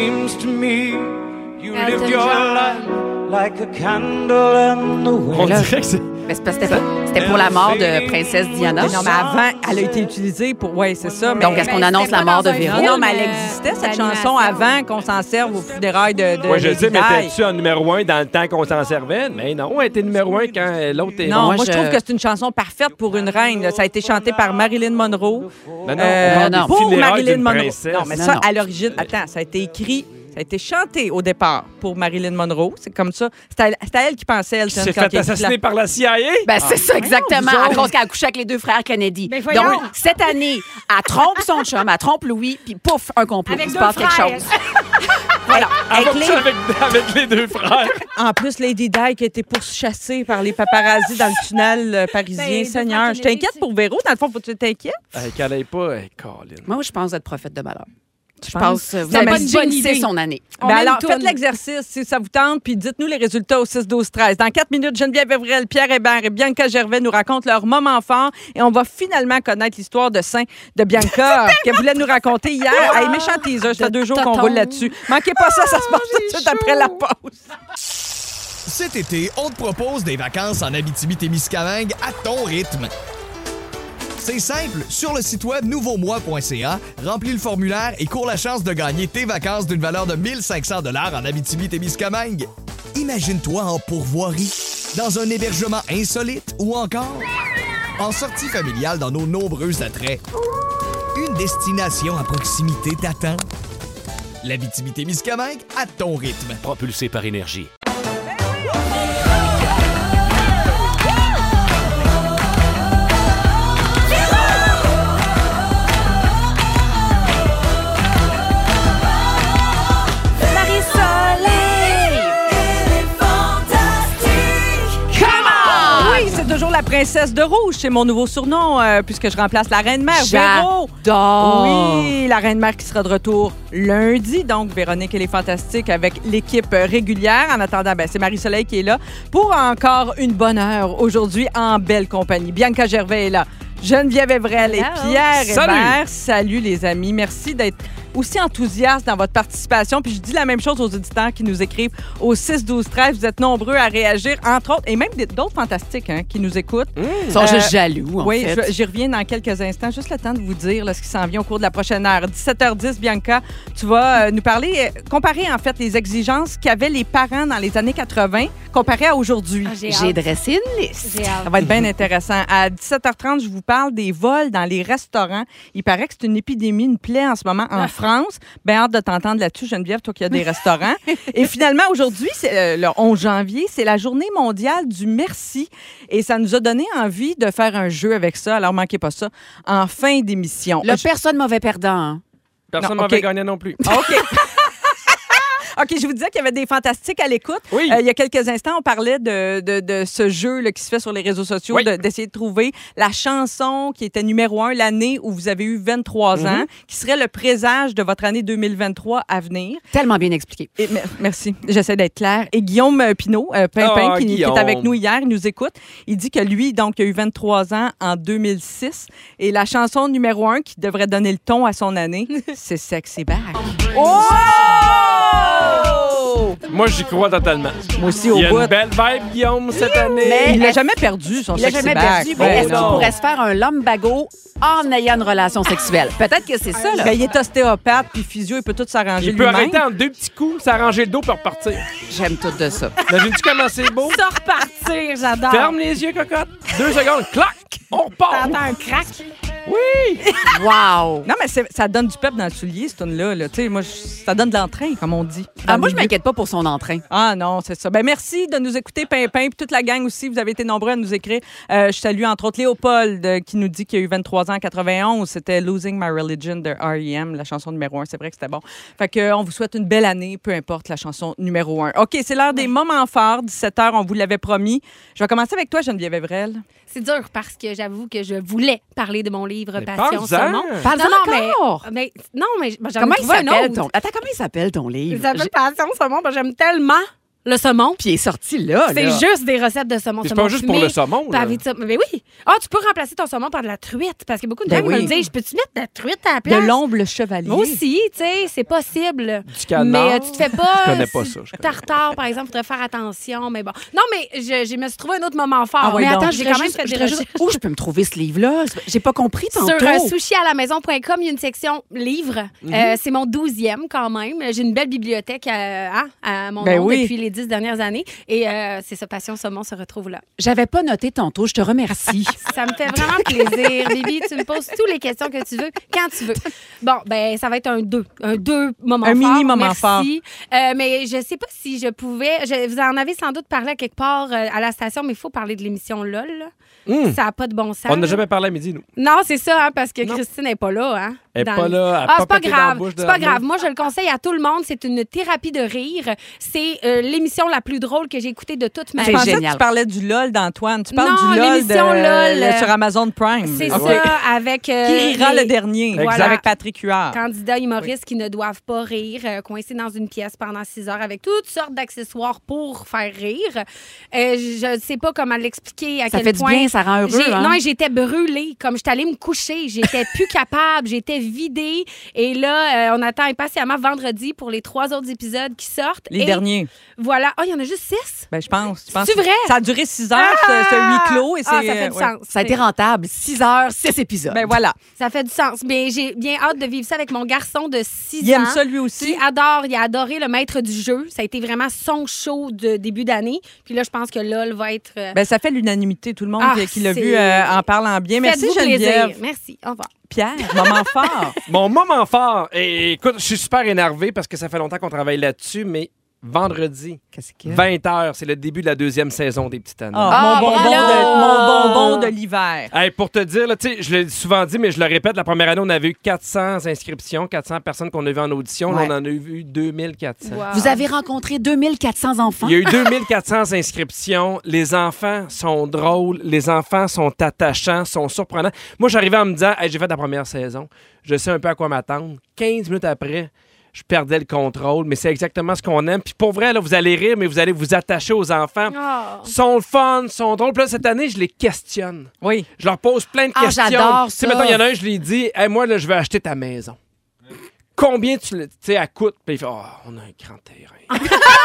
On dirait que c'est... Mais c'est parce que c'était pour la mort de Princesse Diana. Mais non, mais avant, elle a été utilisée pour... Oui, c'est ça. Mais... Donc, est-ce qu'on annonce la mort de Véro? Non, mais elle existait, cette chanson, avant qu'on s'en serve aux funérailles de Oui, je Lady dis, mais Di. t'es-tu en numéro 1 dans le temps qu'on s'en servait? Mais non, elle était numéro 1 quand l'autre est... Non, moi, je trouve que c'est une chanson parfaite pour une reine. Là. Ça a été chanté par Marilyn Monroe. Ben non, pour funérailles Marilyn d'une Monroe. princesse. Non, mais Non, ça, non. à l'origine... Attends, ça a été écrit... Ça a été chanté au départ pour Marilyn Monroe. C'est comme ça. C'était à elle qui pensait, Elton. Qui s'est quand fait il a écrit assassiner par la CIA? Ben, c'est ça, exactement. voyons, À vous cause qu'elle a couché avec les 2 frères Kennedy. Ben, voyons. Donc, cette année, elle trompe son chum, elle trompe Louis, puis pouf, un complot. Avec Il se 2 passe quelque frères. chose. Voilà. Elle va Avec coucher avec les 2 frères. En plus, Lady Di qui a été pourchassée par les paparazzis dans le tunnel parisien. Ben, Seigneur, je t'inquiète pour Véro. Dans le fond, faut-tu t'inquiète? Qu'elle aille pas, Colin. Moi, je pense être prophète de malheur. Je penses? pense vous C'est avez pas une bonne jinxé idée. son année. On Ben met une alors, toune. faites l'exercice si ça vous tente, puis dites-nous les résultats au 6-12-13. Dans 4 minutes, Geneviève Evrel, Pierre Hébert et Bianca Gervais nous racontent leur moment fort et on va finalement connaître l'histoire de Saint de Bianca qu'elle voulait nous raconter hier. Hey, méchant teaser, ça fait 2 jours qu'on tonton. roule là-dessus. Manquez pas ça, ça se passe tout de suite après la pause. Cet été, on te propose des vacances en Abitibi-Témiscamingue à ton rythme. C'est simple, sur le site web nouveaumois.ca, remplis le formulaire et cours la chance de gagner tes vacances d'une valeur de 1 500 $ en Abitibi-Témiscamingue. Imagine-toi en pourvoirie, dans un hébergement insolite ou encore en sortie familiale dans nos nombreux attraits. Une destination à proximité t'attend. L'Abitibi-Témiscamingue à ton rythme. Propulsé par Énergie. Oui, c'est toujours la princesse de rouge. C'est mon nouveau surnom puisque je remplace la reine-mère. Véro. J'adore. Oui, la reine-mère qui sera de retour lundi. Donc, Véronique, elle est fantastique avec l'équipe régulière. En attendant, ben, c'est Marie-Soleil qui est là pour encore une bonne heure aujourd'hui en belle compagnie. Bianca Gervais est là. Geneviève Evrel et Pierre Hébert. Salut les amis. Merci d'être aussi enthousiaste dans votre participation. Puis je dis la même chose aux auditeurs qui nous écrivent au 6-12-13. Vous êtes nombreux à réagir, entre autres, et même d'autres fantastiques hein, qui nous écoutent. Ils sont juste jaloux, en oui, fait. j'y reviens dans quelques instants. Juste le temps de vous dire là, ce qui s'en vient au cours de la prochaine heure. 17h10, Bianca, tu vas nous parler, comparer en fait les exigences qu'avaient les parents dans les années 80 comparé à aujourd'hui. J'ai dressé une liste. Ça va être bien intéressant. À 17h30, je vous parle des vols dans les restaurants. Il paraît que c'est une épidémie, une plaie en ce moment en France. Bien hâte de t'entendre là-dessus, Geneviève, toi qui as des restaurants. Et finalement, aujourd'hui, c'est le 11 janvier, c'est la journée mondiale du merci. Et ça nous a donné envie de faire un jeu avec ça. Alors, manquez pas ça en fin d'émission. Là, personne mauvais perdant. Hein? Personne Non, ne m'avait OK. gagné non plus. OK. OK, je vous disais qu'il y avait des fantastiques à l'écoute. Oui. Il y a quelques instants, on parlait de ce jeu là, qui se fait sur les réseaux sociaux, Oui. d'essayer de trouver la chanson qui était numéro 1 l'année où vous avez eu 23 ans, qui serait le présage de votre année 2023 à venir. Tellement bien expliqué. Et merci, j'essaie d'être claire. Et Guillaume Pinault, Pimpin, qui Guillaume. est avec nous hier, il nous écoute. Il dit que lui, donc, il a eu 23 ans en 2006. Et la chanson numéro 1 qui devrait donner le ton à son année, c'est Sexy Back. Oh! Moi, j'y crois totalement. Moi aussi, Il au y a bout. une belle vibe, Guillaume, cette année. Mais Il l'a jamais perdu, son Il l'a Sexy jamais Back. perdu. Ben Mais est-ce qu'il non. pourrait se faire un lumbago en ayant une relation sexuelle? Peut-être que c'est ça, là. Ben, il est ostéopathe, puis physio, il peut tout s'arranger Il peut lui-même. arrêter en 2 petits coups, s'arranger le dos pour repartir. J'aime tout de ça. Imagines-tu comment c'est beau? Ça repartir, j'adore. Ferme les yeux, cocotte. 2 secondes, clac, on repart. T'entends un crack. Oui! Wow! Non, mais ça donne du pep dans le soulier, cette tune-là. Là. Tu sais, moi, ça donne de l'entrain, comme on dit. Moi, je m'inquiète pas pour son entrain. Ah non, c'est ça. Ben merci de nous écouter, Pimpin, puis toute la gang aussi. Vous avez été nombreux à nous écrire. Je salue entre autres Léopold qui nous dit qu'il a eu 23 ans en 91. C'était Losing My Religion de R.E.M., la chanson numéro 1. C'est vrai que c'était bon. Fait qu'on vous souhaite une belle année, peu importe la chanson numéro 1. OK, c'est l'heure des moments forts. 17h, on vous l'avait promis. Je vais commencer avec toi, Geneviève Evrel. C'est dur parce que j'avoue que je voulais parler de mon livre Mais Passion parle-en. Saumon. Parle-en Mais j'en Comment ai il trouvé un s'appelle autre. Comment il s'appelle ton livre? Il s'appelle Passion Saumon parce que j'aime tellement le saumon. Puis il est sorti là. C'est juste des recettes de saumon. C'est pas juste pour le saumon. Là. Mais oui. Ah, tu peux remplacer ton saumon par de la truite parce que beaucoup de gens me disent, je peux-tu mettre de la truite à la place? De l'ombre le chevalier. Moi aussi, tu sais, c'est possible. Du canard. Mais tu te fais pas. Je connais pas ça. Tartare, par exemple, faudrait faire attention. Mais bon. Non, mais je me suis trouvé un autre moment fort. Ah ouais, mais donc, attends, j'ai quand même fait des recherches. Où je peux me trouver ce livre-là? J'ai pas compris tantôt. Sur sushialamaison.com, il y a une section livres. C'est mon 12e quand même. J'ai une belle bibliothèque à mon nom depuis les 10 dernières années. Et c'est ça, Passion Saumon se retrouve là. J'avais pas noté tantôt. Je te remercie. Ça me fait vraiment plaisir. Bibi, tu me poses toutes les questions que tu veux, quand tu veux. Bon, ben ça va être un 2 moment fort. Un mini moment Merci. fort. Mais je sais pas si je pouvais... vous en avez sans doute parlé à quelque part à la station, mais il faut parler de l'émission LOL. Ça n'a pas de bon sens. On n'a jamais parlé à midi, nous. Non, c'est ça, parce que Christine n'est pas là. Hein, Elle n'est pas là. c'est pas grave. C'est pas grave. Moi, je le conseille à tout le monde. C'est une thérapie de rire. C'est l'émission la plus drôle que j'ai écoutée de toute ma vie. Je pensais que tu parlais du LOL d'Antoine. Tu parles non, du LOL, l'émission LOL sur Amazon Prime. C'est ça, avec... Qui rira le dernier, voilà, avec Patrick Huard. Candidats humoristes qui ne doivent pas rire, coincés dans une pièce pendant 6 heures avec toutes sortes d'accessoires pour faire rire. Je ne sais pas comment l'expliquer, à ça quel fait point... du bien, ça rend heureux. Non, j'étais brûlée. Comme j'étais allée me coucher, j'étais plus capable, j'étais vidée. Et là, on attend impatiemment vendredi pour les 3 autres épisodes qui sortent. Les derniers. Voilà. Ah, il y en a juste 6? Ben, je pense. C'est vrai? Ça a duré 6 heures, ce huis clos. Et ça fait du sens. Ça a été rentable. 6 heures, 6 épisodes. Ben voilà. Ça fait du sens. Mais j'ai bien hâte de vivre ça avec mon garçon de 6 ans. Il aime ça, lui aussi. Il a adoré le maître du jeu. Ça a été vraiment son show de début d'année. Puis là, je pense que LOL va être... Ben, ça fait l'unanimité. Tout le monde qui l'a vu en parlant bien. Merci, Faites-vous Geneviève. plaisir. Merci. Au revoir. Pierre, moment fort. Mon moment fort. Et écoute, je suis super énervé parce que ça fait longtemps qu'on travaille là-dessus, mais vendredi, 20h, c'est le début de la 2e saison des Petites Années. Mon bonbon de l'hiver. Hey, pour te dire, là, je l'ai souvent dit, mais je le répète, la première année, on avait eu 400 inscriptions, 400 personnes qu'on a vues en audition. Là, on en a eu 2400. Wow. Vous avez rencontré 2400 enfants? Il y a eu 2400 inscriptions. Les enfants sont drôles, les enfants sont attachants, sont surprenants. Moi, j'arrivais en me disant, hey, j'ai fait la première saison, je sais un peu à quoi m'attendre. 15 minutes après, je perdais le contrôle, mais c'est exactement ce qu'on aime. Puis pour vrai, là, vous allez rire, mais vous allez vous attacher aux enfants. Ils sont fun, sont drôles. Puis là, cette année, je les questionne. Oui. Je leur pose plein de questions. J'adore Tu sais, ça. mettons, il y en a un, je lui dis, hey, moi, là, je vais acheter ta maison. Combien tu sais, elle coûte? Puis il fait, on a un grand terrain.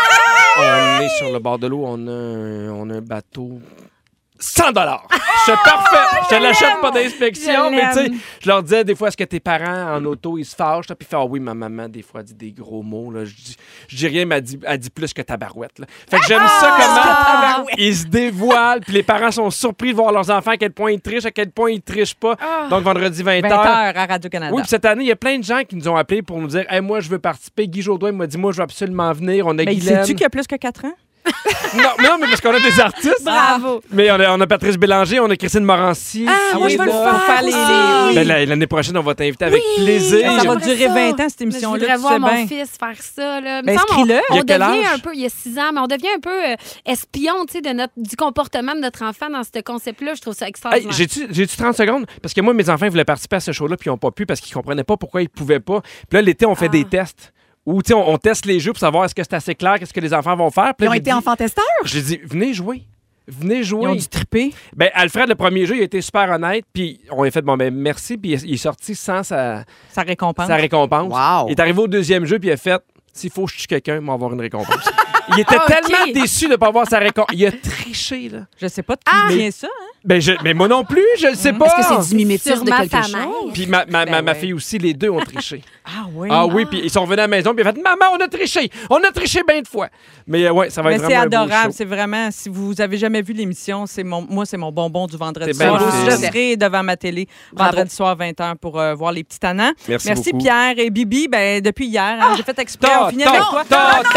On est sur le bord de l'eau, on a un bateau. 100 $. C'est parfait. Je te l'achète pas d'inspection, mais tu sais, je leur disais des fois, est-ce que tes parents en auto, ils se fâchent? Puis ils font, oui, ma maman, des fois, dit des gros mots. Là. Je dis rien, mais elle dit plus que tabarouette. Là. Fait que j'aime ça comment ils se dévoilent, puis les parents sont surpris de voir leurs enfants à quel point ils trichent, à quel point ils trichent pas. Donc, vendredi 20h. 20h à Radio-Canada. Oui, puis cette année, il y a plein de gens qui nous ont appelés pour nous dire, hey, moi, je veux participer. Guy Jourdain m'a dit, moi, je veux absolument venir. On a Mais Guylaine. sais-tu qu'il y a plus que 4 ans? Non, mais parce qu'on a des artistes. Bravo. Mais on a Patrice Bélanger, on a Christine Morancy. moi, je veux le Pour faire faire aussi. Ben, l'année prochaine, on va t'inviter avec plaisir. Ça va J'aimerais durer ça. 20 ans, cette Je émission-là. voudrais Tu voir sais mon bien. fils faire ça. Là. Ben, Il me semble, inscris-le. Il y a on quel devient âge? un peu, il y a 6 ans, mais on devient un peu espion, tu sais, du comportement de notre enfant dans ce concept-là. Je trouve ça Hey, extraordinaire. j'ai-tu 30 secondes? Parce que moi, mes enfants ils voulaient participer à ce show-là, puis ils n'ont pas pu parce qu'ils ne comprenaient pas pourquoi ils ne pouvaient pas. Puis là, l'été, on fait des tests. Où, tu sais, on teste les jeux pour savoir est-ce que c'est assez clair, qu'est-ce que les enfants vont faire. Puis Ils là, ont j'ai été dit- enfants-testeurs? J'ai dit, venez jouer. Venez jouer. Ils ont dû triper. Ben, Alfred, le premier jeu, il a été super honnête, puis on a fait, bon, ben, merci, puis il est sorti sans sa récompense. Il est arrivé au deuxième jeu, puis il a fait, s'il faut que je tue quelqu'un, il va avoir une récompense. Il était tellement déçu de ne pas avoir sa récompense. Il a triché, là. Je sais pas de qui vient ça, hein? Mais moi non plus, je le sais pas. Est-ce que c'est du mimétisme de Sûrement quelque sa chose? mère. Puis ma fille aussi, les deux ont triché. Ah oui. Ah oui, puis ils sont revenus à la maison, puis ils ont fait « Maman, on a triché! On a triché bien de fois! » Mais ouais, ça va Mais être c'est vraiment un beau adorable. show. C'est vraiment, si vous avez jamais vu l'émission, c'est mon bonbon du vendredi C'est bien soir. fait. Je serai devant ma télé vendredi soir 20h pour voir les petits tannants. Merci beaucoup. Pierre et Bibi. Ben, depuis hier, j'ai fait exprès. On finit avec quoi?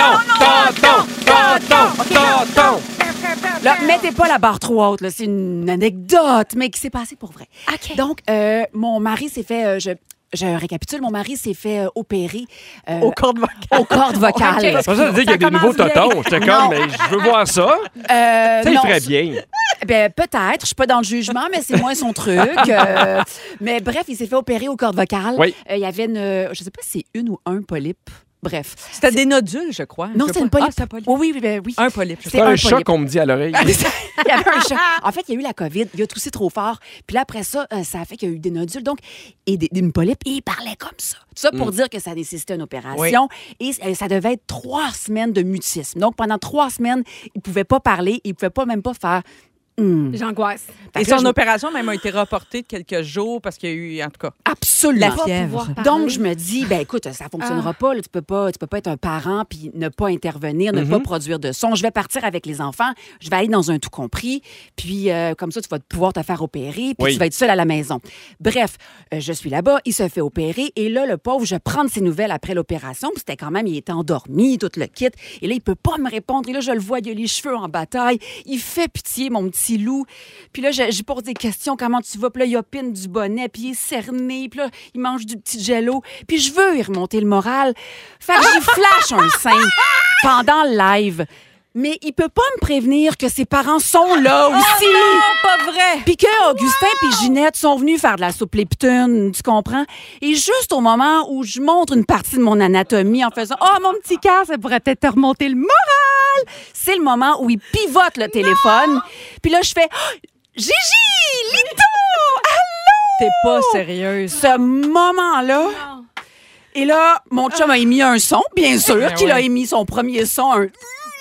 Là, mettez pas la barre trop haute, là. C'est une anecdote, mais qui s'est passée pour vrai. OK. Donc, mon mari s'est fait... je récapitule, mon mari s'est fait opérer Aux cordes vocales. aux cordes vocales. C'est pas ça de dire qu'il y a des nouveaux totons. J'étais comme, mais je veux voir ça. Ça, il non, ferait bien. Ben, peut-être. Je suis pas dans le jugement, mais c'est moins son truc. Mais bref, il s'est fait opérer aux cordes vocales. Oui. Il y avait une... Je sais pas si c'est une ou un polype. Bref. C'était des nodules, je crois. Non, c'est une polype. Ah, c'est un polype. Oui, oui. Un polype. C'est C'est un un chat polype. qu'on me dit à l'oreille. Il y avait un chat. En fait, il y a eu la COVID. Il a toussé trop fort. Puis là, après ça, ça a fait qu'il y a eu des nodules. Donc, et une polype. Et il parlait comme ça. Tout ça pour dire que ça nécessitait une opération. Et ça devait être 3 semaines de mutisme. Donc, pendant 3 semaines, il ne pouvait pas parler. Il ne pouvait pas même pas faire... J'angoisse. Fait Et que là, son je- opération même a été reportée de quelques jours parce qu'il y a eu, en tout cas, Absolument. la fièvre. Donc, je me dis, ben écoute, ça ne fonctionnera pas. Là, tu peux pas être un parent puis ne pas intervenir, ne pas produire de son. Je vais partir avec les enfants. Je vais aller dans un tout compris. Puis, comme ça, tu vas pouvoir te faire opérer. Puis, Oui. tu vas être seule à la maison. Bref, je suis là-bas. Il se fait opérer. Et là, le pauvre, je prends de ses nouvelles après l'opération. Puis, c'était quand même, il était endormi, tout le kit. Et là, il peut pas me répondre. Et là, je le vois, il a les cheveux en bataille. Il fait pitié, mon petit loup. Puis là, je pose des questions. Comment tu vas? Puis là, il opine du bonnet. Puis il est cerné. Puis là, il mange du petit jello. Puis je veux y remonter le moral. Fait que j'y flash un sein pendant le live. Mais il peut pas me prévenir que ses parents sont là aussi. pas vrai! Puis que Augustin puis Ginette sont venus faire de la soupe Lipton, tu comprends? Et juste au moment où je montre une partie de mon anatomie en faisant « Oh, mon petit cœur, ça pourrait peut-être te remonter le moral! » C'est le moment où il pivote le téléphone. Puis là, je fais oh, « Gigi! Lito! Allô? » T'es pas sérieuse. Ce moment-là... Et là, mon chum a émis un son, bien sûr, Ben qu'il a ouais. émis son premier son, un...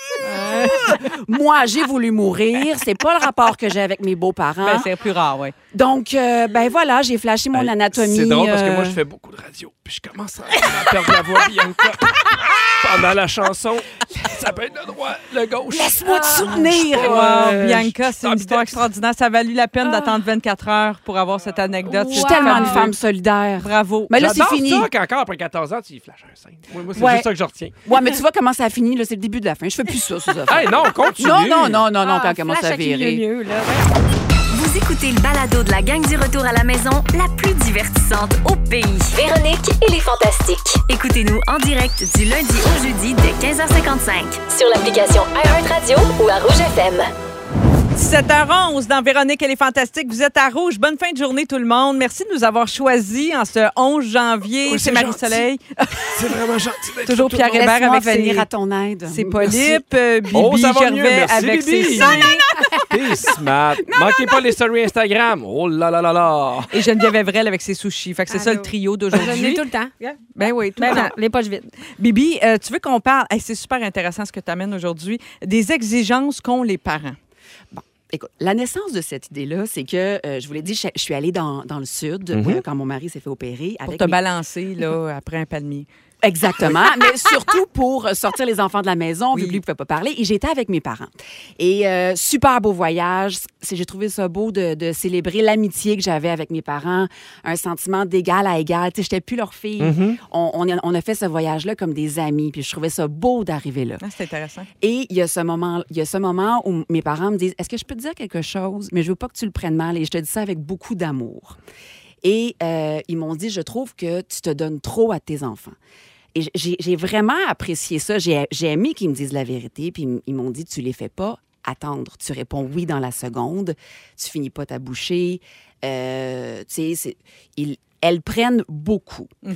Moi, j'ai voulu mourir. C'est pas le rapport que j'ai avec mes beaux-parents. Ben, c'est plus rare, oui. Donc, ben voilà, j'ai flashé mon anatomie. C'est drôle parce que moi, je fais beaucoup de radio. Puis je commence à perdre la voix, Bianca. Pendant la chanson, ça peut être le droit, le gauche. Laisse-moi te soutenir. Wow, Bianca, c'est une Puis histoire extraordinaire. Ça a valu la peine d'attendre 24 heures pour avoir cette anecdote. Je suis C'est tellement une fabuleux. femme solidaire. Bravo. Mais là, c'est J'adore fini. ça qu'encore après 14 ans, tu y flashes un sein. Moi, c'est Ouais. juste ça que je retiens. Ouais, mais tu vois comment ça a fini, là, c'est le début de la fin. Je fais plus ça, ces affaires. Hey, non, continue. Non, quand Ah, elle commence flash à à qui le virer. mieux, là. Vous écoutez le balado de la gang du retour à la maison, la plus divertissante au pays. Véronique et les Fantastiques. Écoutez-nous en direct du lundi au jeudi dès 15h55. Sur l'application iHeartRadio ou à Rouge FM. 17h11 dans Véronique, elle est fantastique. Vous êtes à Rouge. Bonne fin de journée, tout le monde. Merci de nous avoir choisis en ce 11 janvier. Oui, c'est c'est Marie-Soleil. C'est vraiment gentil d'être Toujours là, tout le Pierre monde. Hébert Laisse-moi avec venir ses, à ton aide. ses polypes. Bibi Oh, ça va mieux. Gervais Merci, avec Bibi. ses... T'es smart. Manquez pas les stories Instagram. Oh là là là là. Et Geneviève Evrel avec ses sushis. Fait que c'est ça Allô. le trio Je l'ai d'aujourd'hui. tout le temps. Ben oui, tout Ben le non, temps. les poches vides. Bibi, tu veux qu'on parle, hey, c'est super intéressant ce que tu amènes aujourd'hui, des exigences qu'ont les parents. Écoute, la naissance de cette idée-là, c'est que, je vous l'ai dit, je suis allée dans le sud quand mon mari s'est fait opérer. Pour avec te mes- balancer là, après un palmier. Exactement, mais surtout pour sortir les enfants de la maison, vu Oui. que lui ne pouvait pas parler. Et j'étais avec mes parents. Et super beau voyage. J'ai trouvé ça beau de célébrer l'amitié que j'avais avec mes parents, un sentiment d'égal à égal. Tu sais, j'étais plus leur fille. On a fait ce voyage-là comme des amis. Puis je trouvais ça beau d'arriver là. Ah, c'est intéressant. Et il y a ce moment où mes parents me disent « Est-ce que je peux te dire quelque chose? Mais je veux pas que tu le prennes mal. Et je te dis ça avec beaucoup d'amour. » Et ils m'ont dit « Je trouve que tu te donnes trop à tes enfants. » Et j'ai vraiment apprécié ça. J'ai aimé qu'ils me disent la vérité. Puis ils m'ont dit « Tu les fais pas attendre. Tu réponds oui dans la seconde. Tu finis pas ta bouchée. Tu sais, elles prennent beaucoup.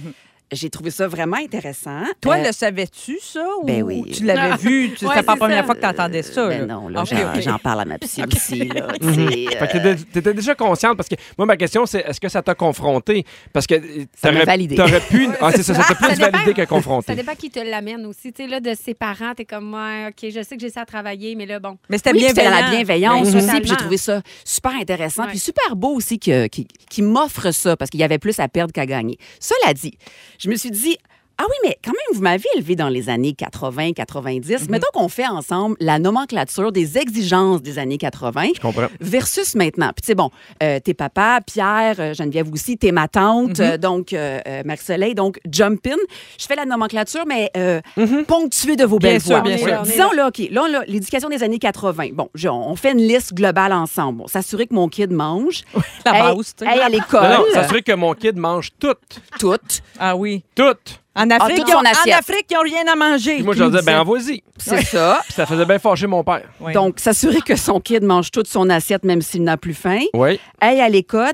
j'ai trouvé ça vraiment intéressant. Toi, le savais-tu, ça? Ben ou oui. tu l'avais vu? C'était pas la première fois que tu entendais ça. Ben là. non, là, OK, j'en parle à ma psy aussi. Là, Fait que t'étais déjà consciente, parce que moi, ma question, c'est est-ce que ça t'a confronté? Parce que Ça m'a validé. t'aurais pu... Ah, c'est ça t'a plus dépend. validé que confronté. Ça dépend qui te l'amène aussi. Tu sais, là, de ses parents, t'es comme, ouais, OK, je sais que j'ai ça à travailler, mais là, bon. Mais c'était Oui, puis c'était bienveillant. dans la bienveillance Oui, aussi, totalement. puis j'ai trouvé ça super intéressant, Ouais. puis super beau aussi qu'il m'offre ça, parce qu'il y avait plus à perdre qu'à gagner. Cela dit, je me suis dit, ah oui, mais quand même, vous m'avez élevé dans les années 80, 90. Mettons qu'on fait ensemble la nomenclature des exigences des années 80 Je comprends. versus maintenant. Puis tu sais, bon, t'es papa, Pierre, Geneviève aussi, t'es ma tante, donc Marie-Soleil, donc jump in. Je fais la nomenclature, mais ponctuée de vos Bien belles sûr, voix. bien sûr. On est Disons, là, OK, là, l'éducation des années 80. Bon, on fait une liste globale ensemble. Bon, s'assurer que mon kid mange. La Hey, base, tu sais. hey, à l'école. Non, s'assurer que mon kid mange tout. Toutes. oui. Tout. En Afrique, toute son assiette. en Afrique, ils n'ont rien à manger. Puis moi, je leur disais, ben envoie-y. C'est ça. Puis ça faisait bien fâcher mon père. Oui. Donc, s'assurer que son kid mange toute son assiette, même s'il n'a plus faim. Oui. Hey, à l'école,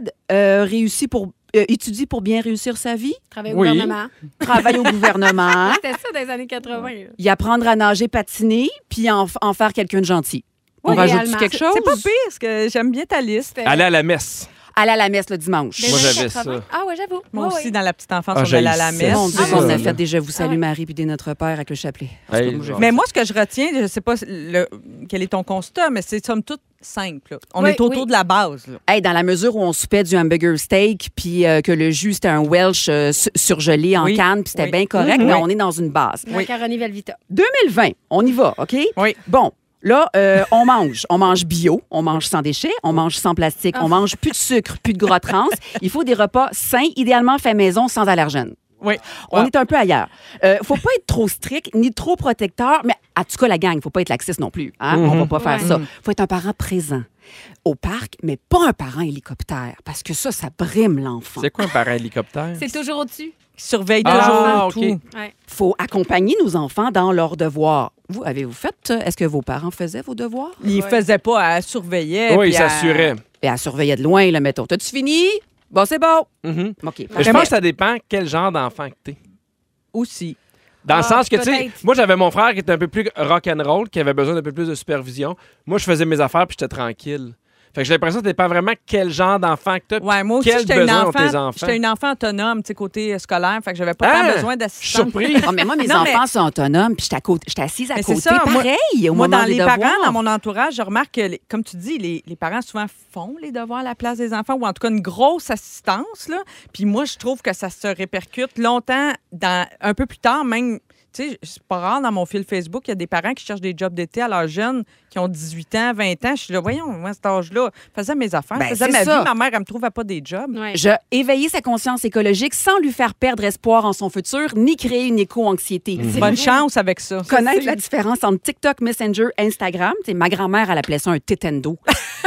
étudie pour bien réussir sa vie. Travailler au Oui. gouvernement. Travaille au gouvernement. C'était ça dans les années 80. là. Y apprendre à nager, patiner, puis en faire quelqu'un de gentil. On Oui, rajoute réellement. quelque chose? C'est pas pire, parce que j'aime bien ta liste. Aller à la messe. Aller à la messe le dimanche. Des Moi, années j'avais 80. ça. Ah ouais, j'avoue. Moi Ouais, aussi, ouais. dans la petite enfance, Ah, on allait à la j'haïssais messe. Mon Dieu, Ah, on oui. a fait déjà Vous salue Ah, oui. Marie puis des Notre Père avec le chapelet. Hey, Comme je- genre. Mais moi, ce que je retiens, je ne sais pas quel est ton constat, mais c'est somme toute simple. là. On Oui, est autour oui. de la base. Là. Hey, dans la mesure où on soupait du hamburger steak, puis que le jus, c'était un Welsh surgelé en Oui. canne, puis c'était Oui. bien correct, Mhm. mais Oui. on est dans une base. Macaroni Velvita. 2020, on y va, OK? Oui. Bon, là, on mange bio, on mange sans déchets, on mange sans plastique, on mange plus de sucre, plus de gras trans. Il faut des repas sains, idéalement faits maison, sans allergènes. Oui. On est un peu ailleurs. Faut pas être trop strict ni trop protecteur, mais en tout cas, la gang, faut pas être laxiste non plus. Hein? On va pas faire Ouais. ça. Faut être un parent présent au parc, mais pas un parent hélicoptère, parce que ça brime l'enfant. C'est quoi un parent hélicoptère? C'est toujours au-dessus. Surveille Ah, toujours OK. tout. Ouais. Faut accompagner nos enfants dans leurs devoirs. Vous, avez-vous fait? Est-ce que vos parents faisaient vos devoirs? Ils Ouais. faisaient pas à surveiller. Oui, puis il s'assurait. Et à surveiller de loin, là, mettons. T'as-tu fini? Bon, c'est bon. Mhm. OK. Mais je pense que ça dépend quel genre d'enfant que t'es. Aussi. Dans le Ah, sens que, tu sais, peut-être. moi, j'avais mon frère qui était un peu plus rock'n'roll, qui avait besoin d'un peu plus de supervision. Moi, je faisais mes affaires puis j'étais tranquille. Fait que j'ai l'impression que ça dépend vraiment quel genre d'enfant que t'as. Ouais, moi aussi, Quel j'étais une besoin ont tes enfant. enfants? J'étais une enfant autonome, tu sais, côté scolaire. Fait que j'avais pas Ah! tant besoin Je suis d'assistance. surpris. Ah, mais moi, mes Non, mais- enfants sont autonomes, puis j'étais assise à Mais c'est côté. ça, moi- pareil, au Moi, moment dans des les devoirs. parents, dans mon entourage, je remarque que, comme tu dis, les parents souvent font les devoirs à la place des enfants, ou en tout cas une grosse assistance. Là. Puis moi, je trouve que ça se répercute longtemps, un peu plus tard, même. Tu sais, c'est pas rare dans mon fil Facebook, il y a des parents qui cherchent des jobs d'été à leurs jeunes qui ont 18 ans, 20 ans. Je suis là, voyons, moi, à cet âge-là, je faisais mes affaires, Ben, je faisais c'est ma ça. vie. Ma mère, elle me trouvait pas des jobs. Ouais. Éveiller sa conscience écologique sans lui faire perdre espoir en son futur, ni créer une éco-anxiété. Bonne chance avec ça. Connaître la différence entre TikTok, Messenger, Instagram. T'sais, ma grand-mère, elle appelait ça un Nintendo.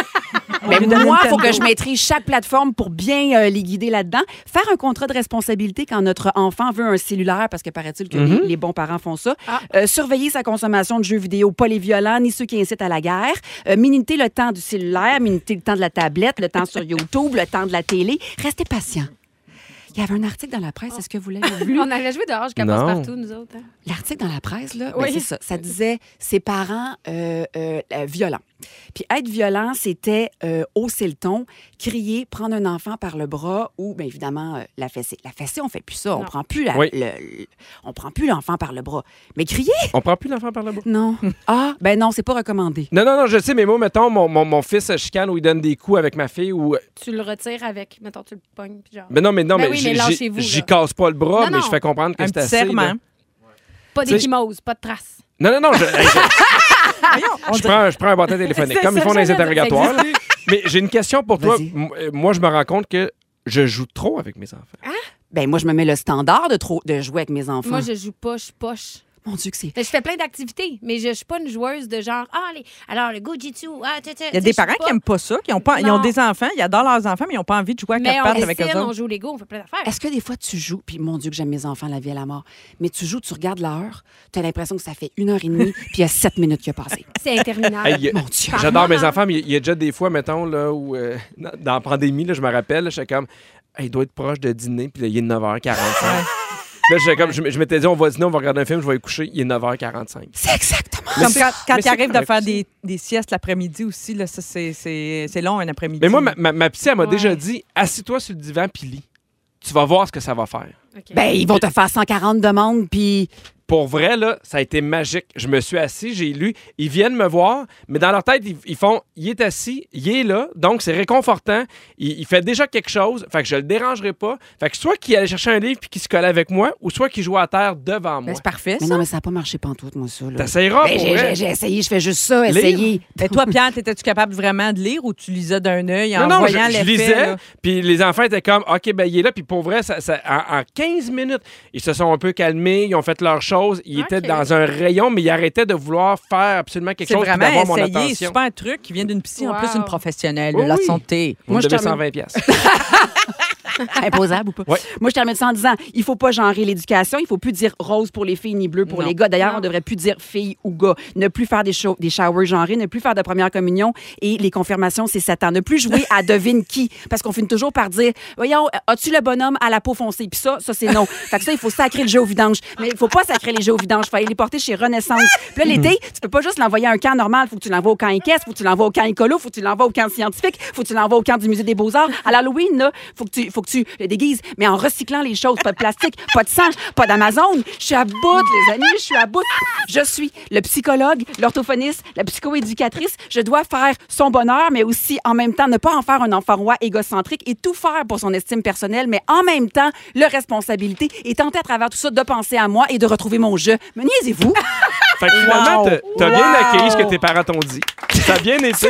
Mais lui donne moi, il faut Nintendo. que je maîtrise chaque plateforme pour bien les guider là-dedans. Faire un contrat de responsabilité quand notre enfant veut un cellulaire, parce que paraît-il que les bons parents font ça. Surveiller sa consommation de jeux vidéo, pas les violents, ni ceux qui incitent à la guerre. Miniter le temps du cellulaire, miniter le temps de la tablette, le temps sur YouTube, le temps de la télé. Restez patient. Il y avait un article dans la presse, est-ce que vous l'avez lu? On avait joué dehors jusqu'à Non. passe-partout, nous autres. Hein. L'article dans la presse, là, Oui. ben, c'est ça. Ça disait ses parents violents. Puis être violent, c'était hausser le ton, crier, prendre un enfant par le bras ou, bien évidemment, la fessée. La fessée, on fait plus ça. On Non. prend plus Oui. on prend plus l'enfant par le bras. Mais crier? On prend plus l'enfant par le bas. Non. Ah, ben non, c'est pas recommandé. Non, je sais, mais moi, mettons, mon fils chicane où il donne des coups avec ma fille ou. Tu le retires avec, mettons, tu le pognes, puis genre. Mais non, Ben oui, mais j'y lâchez-vous, j'y là. casse pas le bras, Non, mais non. je fais comprendre que Un c'est petit assez. serment. là. Pas Tu sais, d'échymose, pas de traces. Non, Voyons, on je dirait- prends un bâton téléphonique, C'est comme ils ça, font dans les j'allais dire, interrogatoires. ça là. Mais j'ai une question pour toi. Vas-y. Moi, je me rends compte que je joue trop avec mes enfants. Ben moi, je me mets le standard de jouer avec mes enfants. Moi, je joue poche. Mon Dieu que c'est... Je fais plein d'activités, mais je suis pas une joueuse de genre, alors le Gojitsu, Il y a des parents qui n'aiment pas ça, ils ont Non. des enfants, ils adorent leurs enfants, mais ils n'ont pas envie de jouer à Mais quatre on pattes avec eux dessine, on autres. joue au Lego, on fait plein d'affaires. Est-ce que des fois, tu joues, puis mon Dieu que j'aime mes enfants, la vie et la mort, mais tu joues, tu regardes l'heure, tu as l'impression que ça fait 1h30, puis il y a 7 minutes qui a passé. C'est interminable. Hey, Mon Dieu. J'adore mes moment. enfants, mais il y a déjà des fois, mettons, là, où, dans la pandémie, là, je me rappelle, je suis comme, hey, il doit être proche de dîner, puis là, il est 9h45. Là, je m'étais dit, on va dîner, on va regarder un film, je vais y coucher. Il est 9h45. C'est exactement Comme ça. quand mais tu arrives de correct, faire ça. des siestes l'après-midi aussi, là, ça, c'est long un après-midi. Mais moi, ma petite, elle m'a Ouais. déjà dit, assis-toi sur le divan puis lis. Tu vas voir ce que ça va faire. OK. Ben, ils vont te faire 140 demandes, puis... Pour vrai, là, ça a été magique. Je me suis assis, j'ai lu. Ils viennent me voir, mais dans leur tête, ils font, il est assis, il est là, donc c'est réconfortant. Il fait déjà quelque chose, fait que je le dérangerai pas. Fait que soit qu'il allait chercher un livre puis qu'il se collait avec moi, ou soit qu'il jouait à terre devant moi. Ben, c'est parfait, Mais ça. non, mais ça n'a pas marché pantoute, moi, ça. Là. T'essayeras Ben, pour vrai. j'ai essayé, je fais juste ça, essayer. Mais toi, Pierre, étais-tu capable vraiment de lire ou tu lisais d'un œil en Non, voyant je l'effet? lisais, là? puis les enfants étaient comme, OK, ben il est là, puis pour vrai, en 15 minutes, ils se sont un peu calmés, ils ont fait leurs choses, ils étaient dans un rayon, mais ils arrêtaient de vouloir faire absolument quelque C'est chose puis vraiment d'avoir mon essayé. attention. Super truc qui vient d'une psy, en plus Wow. une professionnelle Oui, de la oui. santé. Vous Moi, me je devez termine- 120 piastres. Imposable ou pas? Ouais. Moi, je termine ça en disant, il faut pas genrer l'éducation. Il faut plus dire rose pour les filles ni bleu pour Non. les gars. D'ailleurs, Non. on devrait plus dire fille ou gars. Ne plus faire des showers genrés, ne plus faire de première communion et les confirmations, c'est Satan. Ne plus jouer à devine qui. Parce qu'on finit toujours par dire, voyons, as-tu le bonhomme à la peau foncée? Puis ça, c'est non. Fait que ça, il faut sacrer le jeu au vidange. Mais il faut pas sacrer les jeux au vidange. Il faut aller les porter chez Renaissance. Puis là, l'été, tu peux pas juste l'envoyer à un camp normal. Faut que tu l'envoies au camp équestre, faut que tu l'envoies au camp écolo, faut que tu l'envoies au camp scientifique, faut que tu l'envoies au camp du Musée des Beaux-Arts. À l'Halloween, là, faut que tu le déguises, mais en recyclant les choses. Pas de plastique, pas de sang, pas d'Amazon. Je suis à bout, les amis, je suis à bout. Je suis le psychologue, l'orthophoniste, la psychoéducatrice. Je dois faire son bonheur, mais aussi, en même temps, ne pas en faire un enfant roi égocentrique et tout faire pour son estime personnelle, mais en même temps, le responsabilité et tenter à travers tout ça de penser à moi et de retrouver mon je. Me niaisez-vous? Fait que finalement, Wow. t'as bien Wow. accueilli ce que tes parents t'ont dit. Ça a bien été.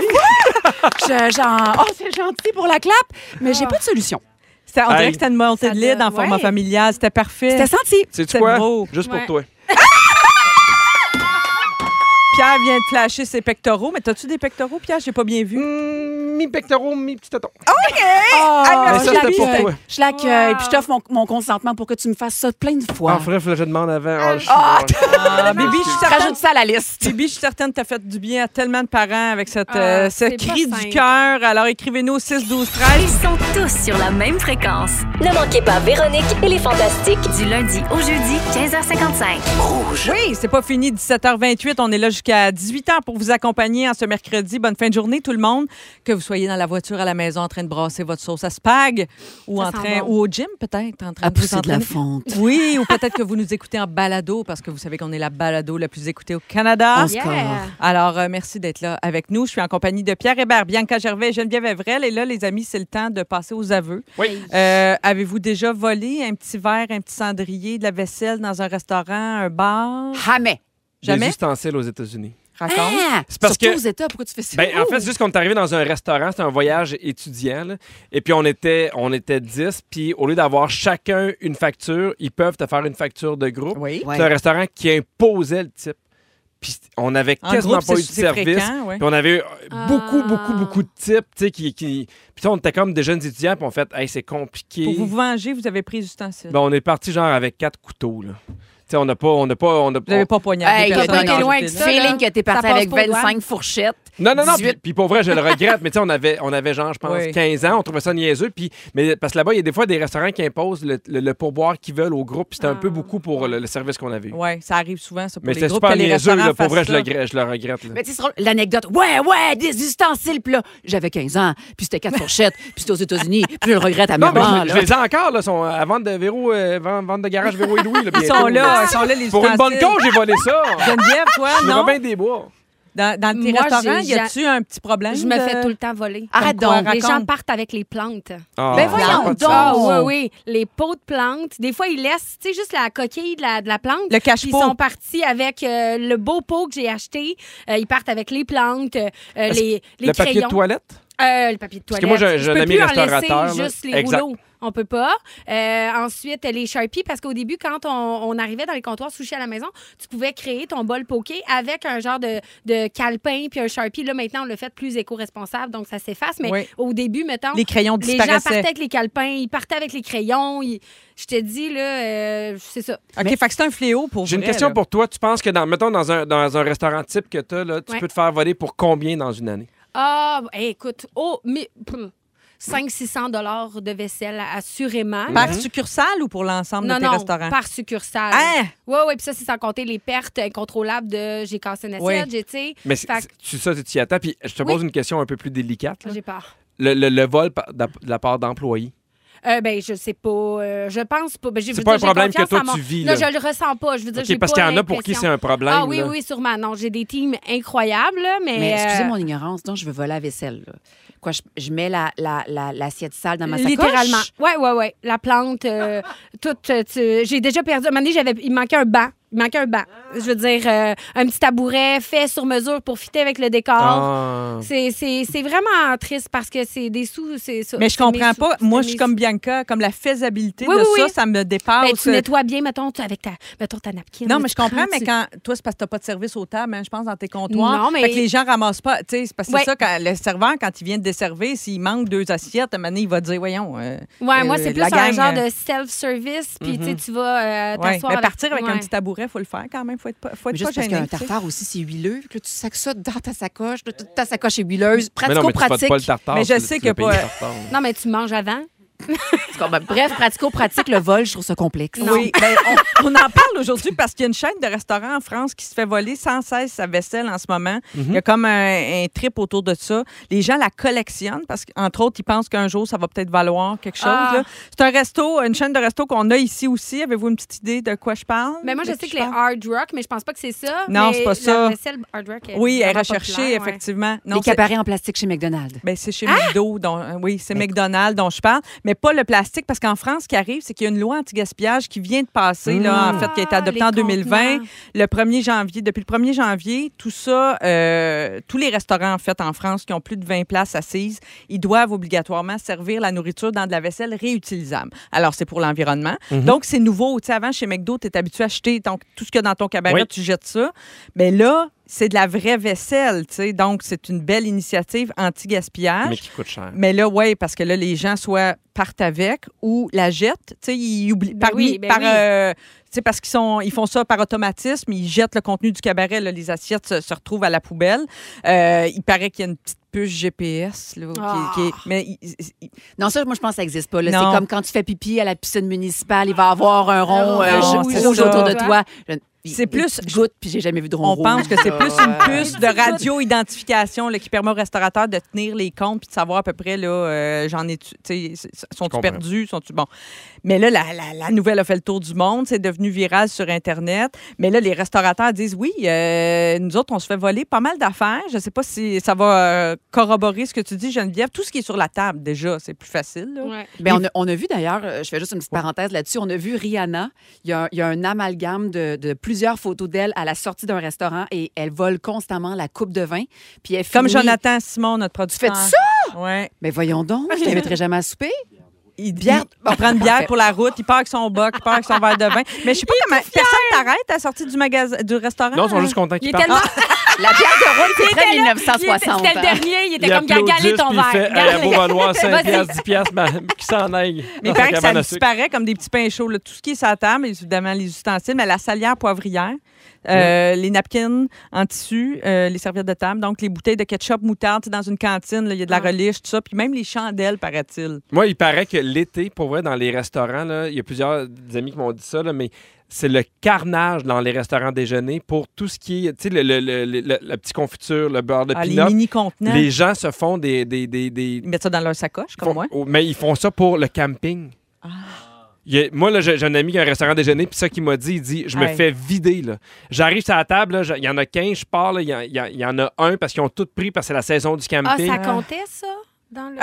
C'est gentil pour la clap, mais j'ai pas de solution. On dirait Hey. que c'était une montée Ça de lait donne- en format ouais. familial. C'était parfait. C'était senti. Sais-tu C'est quoi? beau. Juste pour Ouais. toi. Pierre vient de flasher ses pectoraux. Mais t'as-tu des pectoraux, Pierre? J'ai pas bien vu. Mi-pectoraux, mi-petits tétons. Oh, mais ça, c'était pour toi. Je l'accueille, Wow. puis je t'offre mon consentement pour que tu me fasses ça plein de fois. Ah, frère, faut que je demande avant. Ah, je suis- Ah, Bibi, je suis certaine. Rajoute ça à la liste. Bibi, je suis certaine que tu as fait du bien à tellement de parents avec ce c'est cri pas du simple. cœur. Alors, écrivez-nous au 6 12 13. Ils sont tous sur la même fréquence. Ne manquez pas Véronique et les Fantastiques. Du lundi au jeudi, 15h55. Oui, c'est pas fini. 17h28. On est là jusqu'à 18h pour vous accompagner en ce mercredi. Bonne fin de journée, tout le monde. Que vous soyez dans la voiture, à la maison, en train de brasser votre sauce à spag ou, Ça sent bon. ou au gym, peut-être. En train À de vous pousser de la entraîner. fonte. Oui, ou peut-être que vous nous écoutez en balado parce que vous savez qu'on est la balado la plus écoutée au Canada. On se Yeah. corps. Alors, merci d'être là avec nous. Je suis en compagnie de Pierre Hébert, Bianca Gervais et Geneviève Evrel. Et là, les amis, c'est le temps de passer aux aveux. Oui. Avez-vous déjà volé un petit verre, un petit cendrier, de la vaisselle dans un restaurant, un bar? Jamais. Jamais? Des ustensiles aux États-unis. Raconte. Ah, C'est parce surtout que- aux États, pourquoi tu fais ça? Ben, en fait, c'est juste qu'on est arrivé dans un restaurant, c'était un voyage étudiant, là. Et puis on était 10, puis au lieu d'avoir chacun une facture, ils peuvent te faire une facture de groupe. Oui. Ouais. C'est un restaurant qui imposait le type. Puis on avait En quasiment groupe, pas eu de c'est service. fréquent, ouais. Puis on avait eu beaucoup, Ah. beaucoup de types, tu sais, qui... Puis on était comme des jeunes étudiants, puis on fait, hey, c'est compliqué. Pour vous venger, vous avez pris les ustensiles. Ben, on est parti genre avec 4 couteaux, là. Tu sais, on n'a pas... Vous n'avez pas poignardé Hey, personne t'as pas été dans loin le avec style. ce feeling que t'es parti Ça passe avec pas aux 25 douanes. fourchettes. Non, 18. puis pour vrai, je le regrette, mais tu sais, on avait genre, je pense, Oui. 15 ans, on trouvait ça niaiseux, mais parce que là-bas, il y a des fois des restaurants qui imposent le pourboire qu'ils veulent au groupe, puis c'était un peu beaucoup pour le service qu'on avait eu. Oui, ça arrive souvent, ça, pour Mais les c'était groupes, super que les niaiseux, restaurants là, pour vrai, fassent ça. je le regrette. Là. Mais tu sais, l'anecdote, ouais, des ustensiles. Puis là, j'avais 15 ans, puis c'était 4 fourchettes, puis c'était aux États-Unis, puis je le regrette à Non, mais maman. je les ai encore, là, sont à vente de Véro, vente de garage Véro et Louis. Là, Ils sont là, les Pour une bonne ustensiles. cause, j'ai volé ça. Geneviève, toi, Je non? bien des bois. Dans tes Moi, restaurants, j'ai- y a-tu un petit problème? Je me de- fais tout le temps voler. Arrête Comme quoi, donc, les gens raconte. partent avec les plantes. Ah, Ben voyons ça a pas de donc. Ah, sens. oui, oui. Les pots de plantes. Des fois, ils laissent, tu sais, juste la coquille de la plante. Le Puis cache-pot. ils sont partis avec le beau pot que j'ai acheté. Ils partent avec les plantes, les Le papier crayons. de toilette? Le papier de Parce toilette. que moi, j'ai Je un peux ami plus en restaurateur, laisser là. juste les Exact. rouleaux. On peut pas. Ensuite, les Sharpies, parce qu'au début, quand on arrivait dans les comptoirs sushi à la maison, tu pouvais créer ton bol poké avec un genre de calepin puis un Sharpie. Là, maintenant, on l'a fait plus éco-responsable, donc ça s'efface. Mais Oui. au début, mettons, Les crayons les gens disparaissaient. partaient avec les calepins, ils partaient avec les crayons. Je te dis, là, c'est ça. OK, fait que c'est un fléau pour J'ai une vrai, question là. pour toi. Tu penses que, mettons, dans un restaurant type que tu as, là, tu Ouais. peux te faire voler pour combien dans une année? Ah, écoute, mais 500-600 $ de vaisselle, assurément. Par succursale ou pour l'ensemble de tes restaurants? Par succursale. Hein? Oui, puis ça, c'est sans compter les pertes incontrôlables de j'ai cassé une assiette, tu sais. Mais tu y attends, puis je te pose une question un peu plus délicate. Là. J'ai peur. Le vol de la part d'employés. Je sais pas. Je pense pas. C'est pas un problème que toi, tu vis. Là, je le ressens pas. Je veux dire, j'ai parce pas qu'il y en a pour qui c'est un problème. Ah oui, oui, sûrement. Non, j'ai des teams incroyables, là, mais excusez mon ignorance, donc je veux voler la vaisselle. Là. Quoi, je mets l'assiette sale dans ma sacoche? Littéralement. Oui. La plante, toute. J'ai déjà perdu. À un moment donné, il manquait un banc. Je veux dire, un petit tabouret fait sur mesure pour fitter avec le décor. Ah. C'est vraiment triste parce que c'est des sous. Mais je comprends pas. Moi, je suis comme Bianca, comme la faisabilité de ça, ça me dépasse. Ben, tu nettoies bien, mettons, avec ta napkin. Non, mais je comprends, mais quand toi, c'est parce que tu n'as pas de service au table, je pense, dans tes comptoirs. Non, mais. Fait que les gens ramassent pas. Tu sais, c'est parce que c'est ça, quand le serveur, quand il vient de desservir, s'il manque 2 assiettes, à un moment donné, il va dire, voyons. Moi, c'est plus un genre de self-service, puis tu vas t'asseoir. Mais partir avec un petit tabouret, il faut le faire quand même. Faut être pas juste gêné. Parce qu'un tartare aussi, c'est huileux. Que tu sacs ça dans ta sacoche. Toute ta sacoche est huileuse. Mais non, mais tu Pratico-pratique. pas le tartare. Mais je sais que pas. Non, mais tu manges avant. Bref, pratico-pratique, le vol, je trouve ça complexe. Oui, on en parle aujourd'hui parce qu'il y a une chaîne de restaurants en France qui se fait voler sans cesse sa vaisselle en ce moment. Il y a comme un trip autour de ça. Les gens la collectionnent parce qu'entre autres, ils pensent qu'un jour, ça va peut-être valoir quelque chose. Là. C'est un resto, une chaîne de resto qu'on a ici aussi. Avez-vous une petite idée de quoi je parle? Mais moi, je sais que les Hard Rock, mais je pense pas que c'est ça. Non, c'est pas ça. La vaisselle Hard Rock oui, elle est recherchée, effectivement. Non, les cabarets en plastique chez McDonald's. C'est chez McDo. Oui, c'est McDonald's dont je parle. Mais pas le plastique, parce qu'en France, ce qui arrive, c'est qu'il y a une loi anti-gaspillage qui vient de passer, là, en fait, qui a été adoptée en 2020. Depuis le 1er janvier, tout ça, tous les restaurants, en fait, en France, qui ont plus de 20 places assises, ils doivent obligatoirement servir la nourriture dans de la vaisselle réutilisable. Alors, c'est pour l'environnement. Donc, c'est nouveau. Tu sais, avant, chez McDo, tu es habitué à acheter tout ce qu'il y a dans ton cabaret, tu jettes ça. Mais là, c'est de la vraie vaisselle, tu sais. Donc, c'est une belle initiative anti-gaspillage. Mais qui coûte cher. Mais là, oui, parce que là, les gens soit partent avec ou la jettent. Tu sais, ils oublient. Parce qu'ils font ça par automatisme. Ils jettent le contenu du cabaret. Là, les assiettes se retrouvent à la poubelle. Il paraît qu'il y a une petite puce GPS. Là, non, ça, moi, je pense que ça n'existe pas. Là. C'est comme quand tu fais pipi à la piscine municipale, il va y avoir un rond rouge autour de toi. C'est plus. Goûte, puis j'ai jamais vu de rond rouge. On pense que c'est plus une puce de radio-identification qui permet au restaurateur de tenir les comptes puis de savoir à peu près, là, sont-ils perdus, sont-ils. Bon. Mais là, la nouvelle a fait le tour du monde, c'est devenu viral sur Internet. Mais là, les restaurateurs disent oui, nous autres, on se fait voler pas mal d'affaires. Je ne sais pas si ça va corroborer ce que tu dis, Geneviève. Tout ce qui est sur la table, déjà, c'est plus facile. Là. Ouais. Bien, on a vu d'ailleurs, je fais juste une petite parenthèse là-dessus, on a vu Rihanna. Il y a un amalgame de plusieurs photos d'elle à la sortie d'un restaurant et elle vole constamment la coupe de vin. Puis elle Comme Jonathan Simon, notre producteur. Tu fais ça? Oui. Mais voyons donc, je ne l'inviterai jamais à souper. Il prend une bière pour la route, il part avec son boc, il part avec son verre de vin. Mais je sais pas comment. Personne t'arrête à la sortie du restaurant? Non, ils sont juste contents qu'il parte. La bière de route, c'est très 1960. C'était le dernier, il était comme galgalé ton verre. Il a beau valoir 5 piastres, 10 piastres, qui s'en aille. Mais il paraît que ça disparaît comme des petits pains chauds. Là. Tout ce qui est sur la table, évidemment, les ustensiles, mais la salière poivrière. Les napkins en tissu, les serviettes de table, donc les bouteilles de ketchup, moutarde, dans une cantine, il y a de la reliche, tout ça, puis même les chandelles, paraît-il. Moi, il paraît que l'été, pour vrai, dans les restaurants, il y a plusieurs amis qui m'ont dit ça, là, mais c'est le carnage dans les restaurants déjeuners pour tout ce qui est, tu sais, la petite confiture, le beurre de pinot. Les mini-contenants. Les gens se font Ils mettent ça dans leur sacoche, comme moi. Mais ils font ça pour le camping. Moi, là, j'ai un ami qui a un restaurant déjeuner, puis ça qu'il m'a dit, il dit, je me fais vider. Là. J'arrive sur la table, il y en a 15, je pars, il y en a un parce qu'ils ont tout pris parce que c'est la saison du camping. Ah, ça comptait, ça, dans le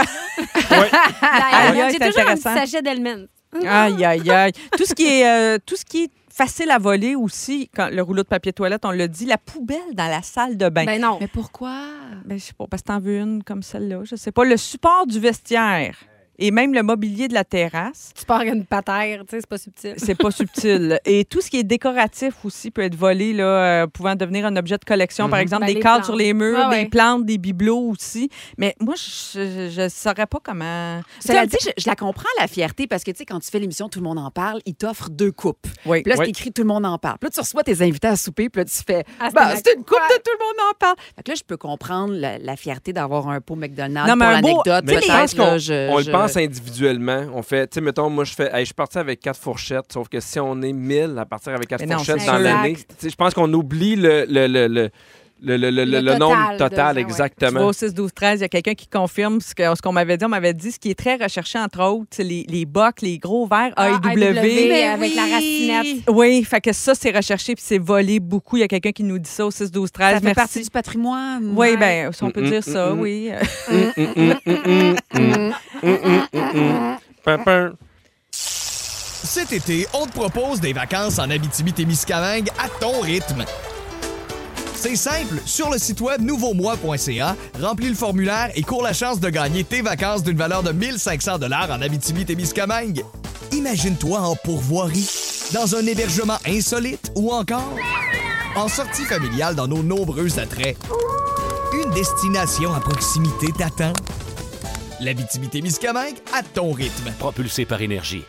Oui. J'ai toujours un petit sachet d'Elmen. Aïe, aïe, aïe. Tout ce qui est facile à voler aussi, quand le rouleau de papier toilette, on l'a dit, la poubelle dans la salle de bain. Ben non. Mais pourquoi? Ben, je sais pas, parce que t'en veux une comme celle-là, je sais pas. Le support du vestiaire. et même le mobilier de la terrasse. Tu pars une patère, tu sais, c'est pas subtil. C'est pas subtil. Et tout ce qui est décoratif aussi peut être volé, là, pouvant devenir un objet de collection. Par exemple, Ben, des les cadres plantes. sur les murs, Ah ouais. des plantes, des bibelots aussi. Mais moi, je saurais pas comment... Cela dit, je la comprends, la fierté, parce que, tu sais, quand tu fais l'émission Tout le monde en parle, ils t'offrent 2 coupes. Oui. Puis là, c'est Oui. écrit Tout le monde en parle. Puis là, tu reçois tes invités à souper, puis là, tu fais Ah, c'est une coupe de Tout le monde en parle. Fait que là, je peux comprendre la fierté d'avoir un pot McDonald's Non, mais pour un beau- l'anecdote. Mais je peut-être, pense là, qu'on on le pense individuellement. On fait, tu sais, mettons, moi, je suis parti avec 4 fourchettes, sauf que si on est 1000 à partir avec 4 Mais non, fourchettes c'est dans sûr. l'année, tu sais, je pense qu'on oublie le nombre total, de gens, exactement. Tu vois, au 6-12-13, il y a quelqu'un qui confirme ce qu'on m'avait dit. On m'avait dit ce qui est très recherché, entre autres, c'est les bocs, les gros verres AEW. Avec la racinette. Oui, fait que ça, c'est recherché puis c'est volé beaucoup. Il y a quelqu'un qui nous dit ça au 6-12-13. Ça fait Merci. partie du patrimoine. Oui, bien, si on peut dire ça, oui. Pimpin. Cet été, on te propose des vacances en Abitibi-Témiscamingue à ton rythme. C'est simple, sur le site web nouveaumois.ca, remplis le formulaire et cours la chance de gagner tes vacances d'une valeur de 1500 $ en Abitibi-Témiscamingue. Imagine-toi en pourvoirie, dans un hébergement insolite ou encore en sortie familiale dans nos nombreux attraits. Une destination à proximité t'attend. L'Abitibi-Témiscamingue à ton rythme. Propulsé par Énergie.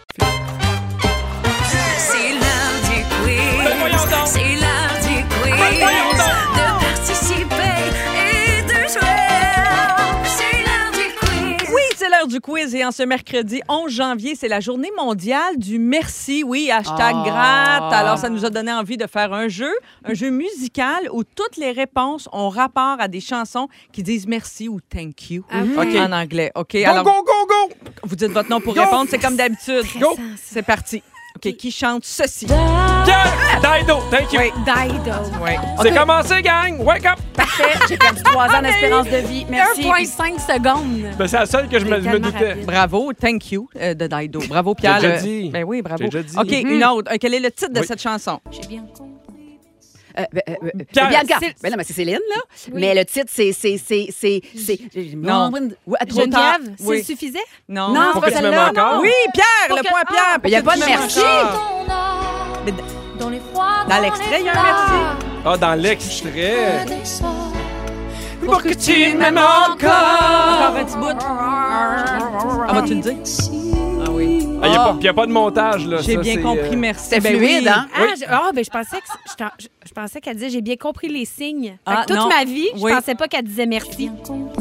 C'est l'heure du quiz. Ben voyons donc. C'est l'heure du quiz. Ben voyons donc. De participer et de jouer. C'est l'heure du quiz. Oui, c'est l'heure du quiz et en ce mercredi 11 janvier, c'est la journée mondiale du merci. Oui, hashtag gratte. Alors, ça nous a donné envie de faire un jeu musical où toutes les réponses ont rapport à des chansons qui disent merci ou thank you OK. en anglais. OK, Go, alors go, go, go! vous dites votre nom pour répondre. C'est comme d'habitude. Go! C'est parti. OK, qui chante ceci? Pierre! Dido, thank you. Oui. Dido. Oui. C'est commencé, gang! Wake up! Parfait. J'ai perdu 3 ans d'espérance de vie. Merci. 1,5 secondes. Ben, c'est la seule que je me tellement doutais. rapide. Bravo, thank you de Dido. Bravo, Pierre. J'ai déjà dit. Ben oui, bravo. J'ai déjà dit. OK, une autre. Quel est le titre de Oui. cette chanson? J'ai bien compris. Pierre. Bianca. Ben non, mais c'est Céline, là. Oui. Mais le titre, c'est... Non. Geneviève, Oui. s'il suffisait? Non. Non, Pour c'est que pas tu m'aimes celle-là, encore? non. Oui, Pierre, Pour le que- point Pierre. Il n'y a pas de Pourquoi tu merci. m'aimes encore? Dans l'extrait, il y a un merci. Ah, dans l'extrait. Pour que tu m'aimes encore. Encore un petit bout. Ah, vas-tu le dire? Ah oui. Il n'y a pas de montage, là. J'ai Ça, bien c'est, compris, merci. C'est Ben fluide, oui. hein? Ben je pensais que je pensais qu'elle disait j'ai bien compris les signes. Fait Ah, que toute non. ma vie, je Oui. pensais pas qu'elle disait merci.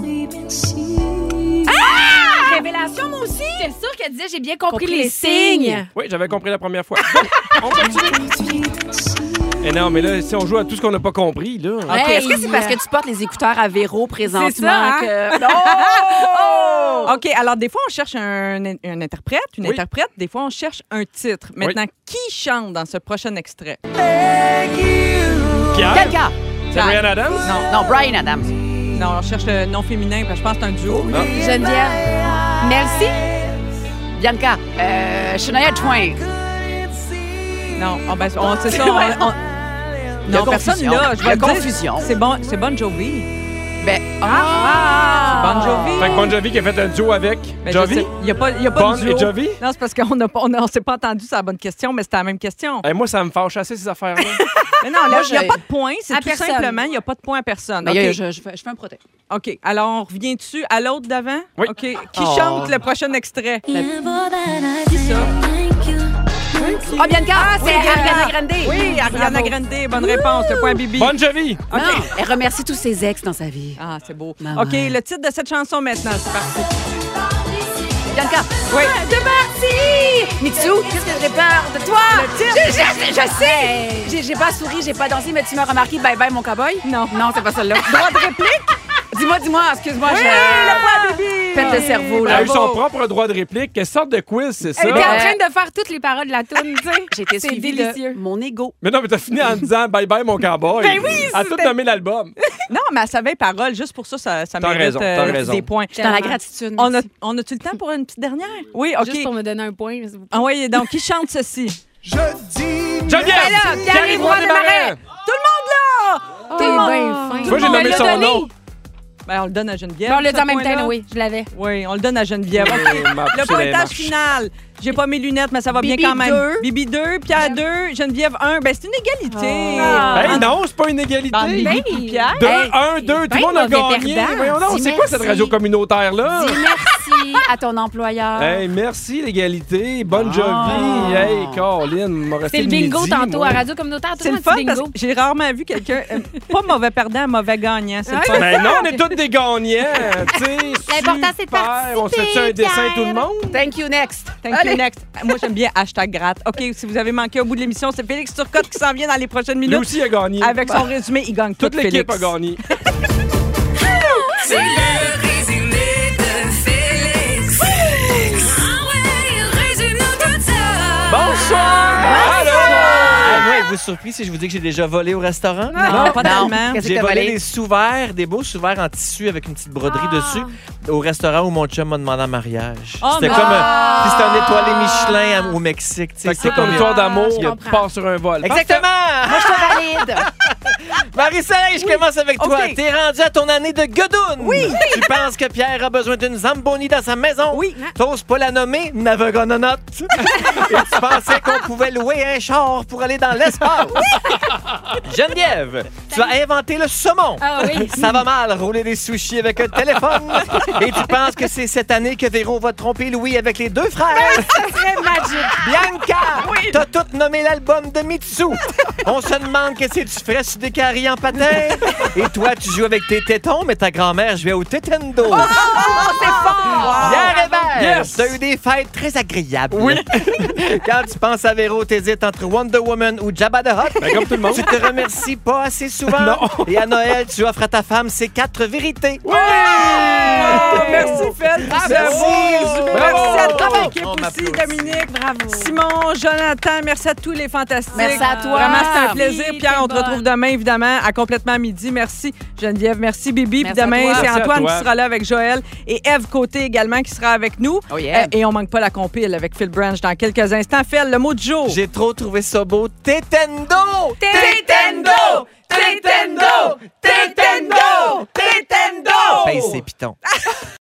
Révélation, moi aussi. J'étais sûre qu'elle disait j'ai bien compris les signes. Oui, j'avais compris la première fois. On continue. Eh non, mais là, si on joue à tout ce qu'on n'a pas compris, là. OK. Est-ce que c'est parce que tu portes les écouteurs à Véro présentement C'est ça, hein? que... Oh! OK, alors des fois, on cherche un interprète, une Oui. interprète. Des fois, on cherche un titre. Maintenant, qui chante dans ce prochain extrait? Pierre? Bianca. C'est Brian Adams? Non, Brian Adams. Non, on cherche le nom féminin, parce que je pense que c'est un duo. Ah. Geneviève. Merci. Bianca. Shania Twain. Non, c'est ça. Il y a Non, personne confusion. là. Il y a confusion. C'est Bon Jovi. Ben, Bon Jovi. Fait que Bon Jovi qui a fait un duo avec Ben, Jovi? je sais- Il n'y a pas Bon de duo. et Jovi? Non, c'est parce qu'on s'est pas entendu sur la bonne question, mais c'était la même question. Eh, moi, ça me fâche assez, ces affaires-là. Mais non, là, il n'y a je- pas de point. C'est À tout personne. simplement, il n'y a pas de point à personne. ben, OK. je fais un protège. OK. Alors, on revient dessus à l'autre d'avant? Oui. OK. Qui Oh. chante le prochain extrait? Oh, Bianca. oui, Ariana Grande. Oui, Ariana Grande. Bonne réponse. Le point Bibi. Bon Jovi! OK. Non, elle remercie tous ses ex dans sa vie. Ah, c'est beau. Maman. OK, le titre de cette chanson maintenant, c'est parti. Bianca. Oui. De parti! Mitsu, qu'est-ce que j'ai peur de toi? Je sais! J'ai pas souri, j'ai pas dansé, mais tu m'as remarqué. Bye bye, mon cowboy? Non. Non, c'est pas celle-là. Droit de réplique? Dis-moi, excuse-moi. Oui, je... le point Bibi. Pète le cerveau, Elle là. a eu son propre droit de réplique. Quelle sorte de quiz, c'est ça? Elle était en train de faire toutes les paroles de la toune, tu sais. J'ai été C'est suivie délicieux. de mon ego. Mais non, mais t'as fini en disant bye bye, mon cowboy. Ben oui, Elle a tout c'était- nommé l'album. Non, mais elle savait les paroles. Juste pour ça, ça T'as mérite raison, t'as raison. des points. Je suis dans la gratitude. On merci. a-tu le temps pour une petite dernière? Oui, OK. Juste pour me donner un point, s'il vous plaît. Ah oui, donc, qui chante ceci? Je dis... Geneviève! Pierre-Yves Roy Desmarais! Tout le monde là! T'es bien fin. Tu vois, j'ai nommé son nom. Ben, on le donne à Geneviève. Bon, on l'a dit ce en même point-là. temps, oui, je l'avais. Oui, on le donne à Geneviève. OK. Le pointage final. J'ai pas mes lunettes, mais ça va Bibi bien quand même. 2. Bibi 2, Pierre 2, Geneviève 1. Ben, c'est une égalité. Ben non, c'est pas une égalité. Bibi puis Pierre. 2, 1, 2, tout le monde a mauvais gagné. perdant. Voyons donc, Dis c'est quoi cette merci. radio communautaire-là? Dis merci à ton employeur. Hey, merci l'égalité. Bonne Jovi. Hey, Caroline, m'a resté C'est le bingo midi, tantôt moi. à Radio Communautaire. C'est le fun parce que j'ai rarement vu quelqu'un, pas mauvais perdant, mauvais gagnant. C'est le fun. Ben non, on est tous des gagnants. tu sais, L'important, c'est de super. participer, On se fait un dessin Pierre. tout le monde? Thank you, next. Thank you, next. Moi, j'aime bien #gratte. OK, si vous avez manqué au bout de l'émission, c'est Félix Turcotte qui s'en vient dans les prochaines Lui minutes. aussi a gagné. Avec son résumé, il gagne tout, Toute l'équipe Félix. a gagné. C'est le résumé de Félix. Ah ouais, résume-nous tout ça. Bonsoir! Allô? Moi, êtes-vous surpris si je vous dis que j'ai déjà volé au restaurant? Non, pas tellement. Qu'est-ce que J'ai t'as volé volé? des sous-verts, des beaux sous-verts en tissu avec une petite broderie dessus au restaurant où mon chum m'a demandé en mariage. Oh, C'était mais- comme puis c'était un étoilé Michelin au Mexique. tu sais. Fait que C'est c'est comme une comme histoire d'amour, Je tu comprends. pars sur un vol. Exactement! Moi, je te valide. Marie-Soleil, je commence avec toi. OK. T'es rendu à ton année de guedoune. Oui. Tu penses que Pierre a besoin d'une Zamboni dans sa maison? Oui. T'oses pas la nommer? Never gonna not. Et tu pensais qu'on pouvait louer un char pour aller dans l'espace? Geneviève, tu as inventé le saumon. Ah oui. Ça va mal rouler des sushis avec un téléphone. Et tu penses que c'est cette année que Véro va tromper Louis avec les deux frères? Ça serait magique. Bianca, t'as tout nommé l'album de Mitsu. On se demande qu'est-ce que tu ferais sur des carrés en patin. Et toi, tu joues avec tes tétons, mais ta grand-mère jouait au Nintendo. Pierre Hébert, Yes! t'as eu des fêtes très agréables. Oui. Quand tu penses à Véro, t'hésites entre Wonder Woman ou Jabba the Hutt. Ben, comme tout le monde. Tu te remercies pas assez souvent. Non. Et à Noël, tu offres à ta femme ces 4 vérités. Oh, merci, Fred. Merci. Merci à toute Bravo. l'équipe On aussi, m'applaudit. Dominique. Bravo. Simon, Jonathan, merci à tous les fantastiques. Merci à toi. Vraiment, c'était un plaisir. Oui, Pierre, on t'es te retrouve bonne. demain, évidemment, à complètement midi. Merci, Geneviève. Merci, Bibi. Puis Merci à demain, toi. c'est Merci à Antoine toi. qui sera là avec Joël et Ève Côté également qui sera avec nous. Oh yeah. Et on manque pas la compile avec Phil Branch dans quelques instants. Phil, le mot du jour. J'ai trop trouvé ça beau. Nintendo! Nintendo! Nintendo! Nintendo! Nintendo! Paye ses pitons.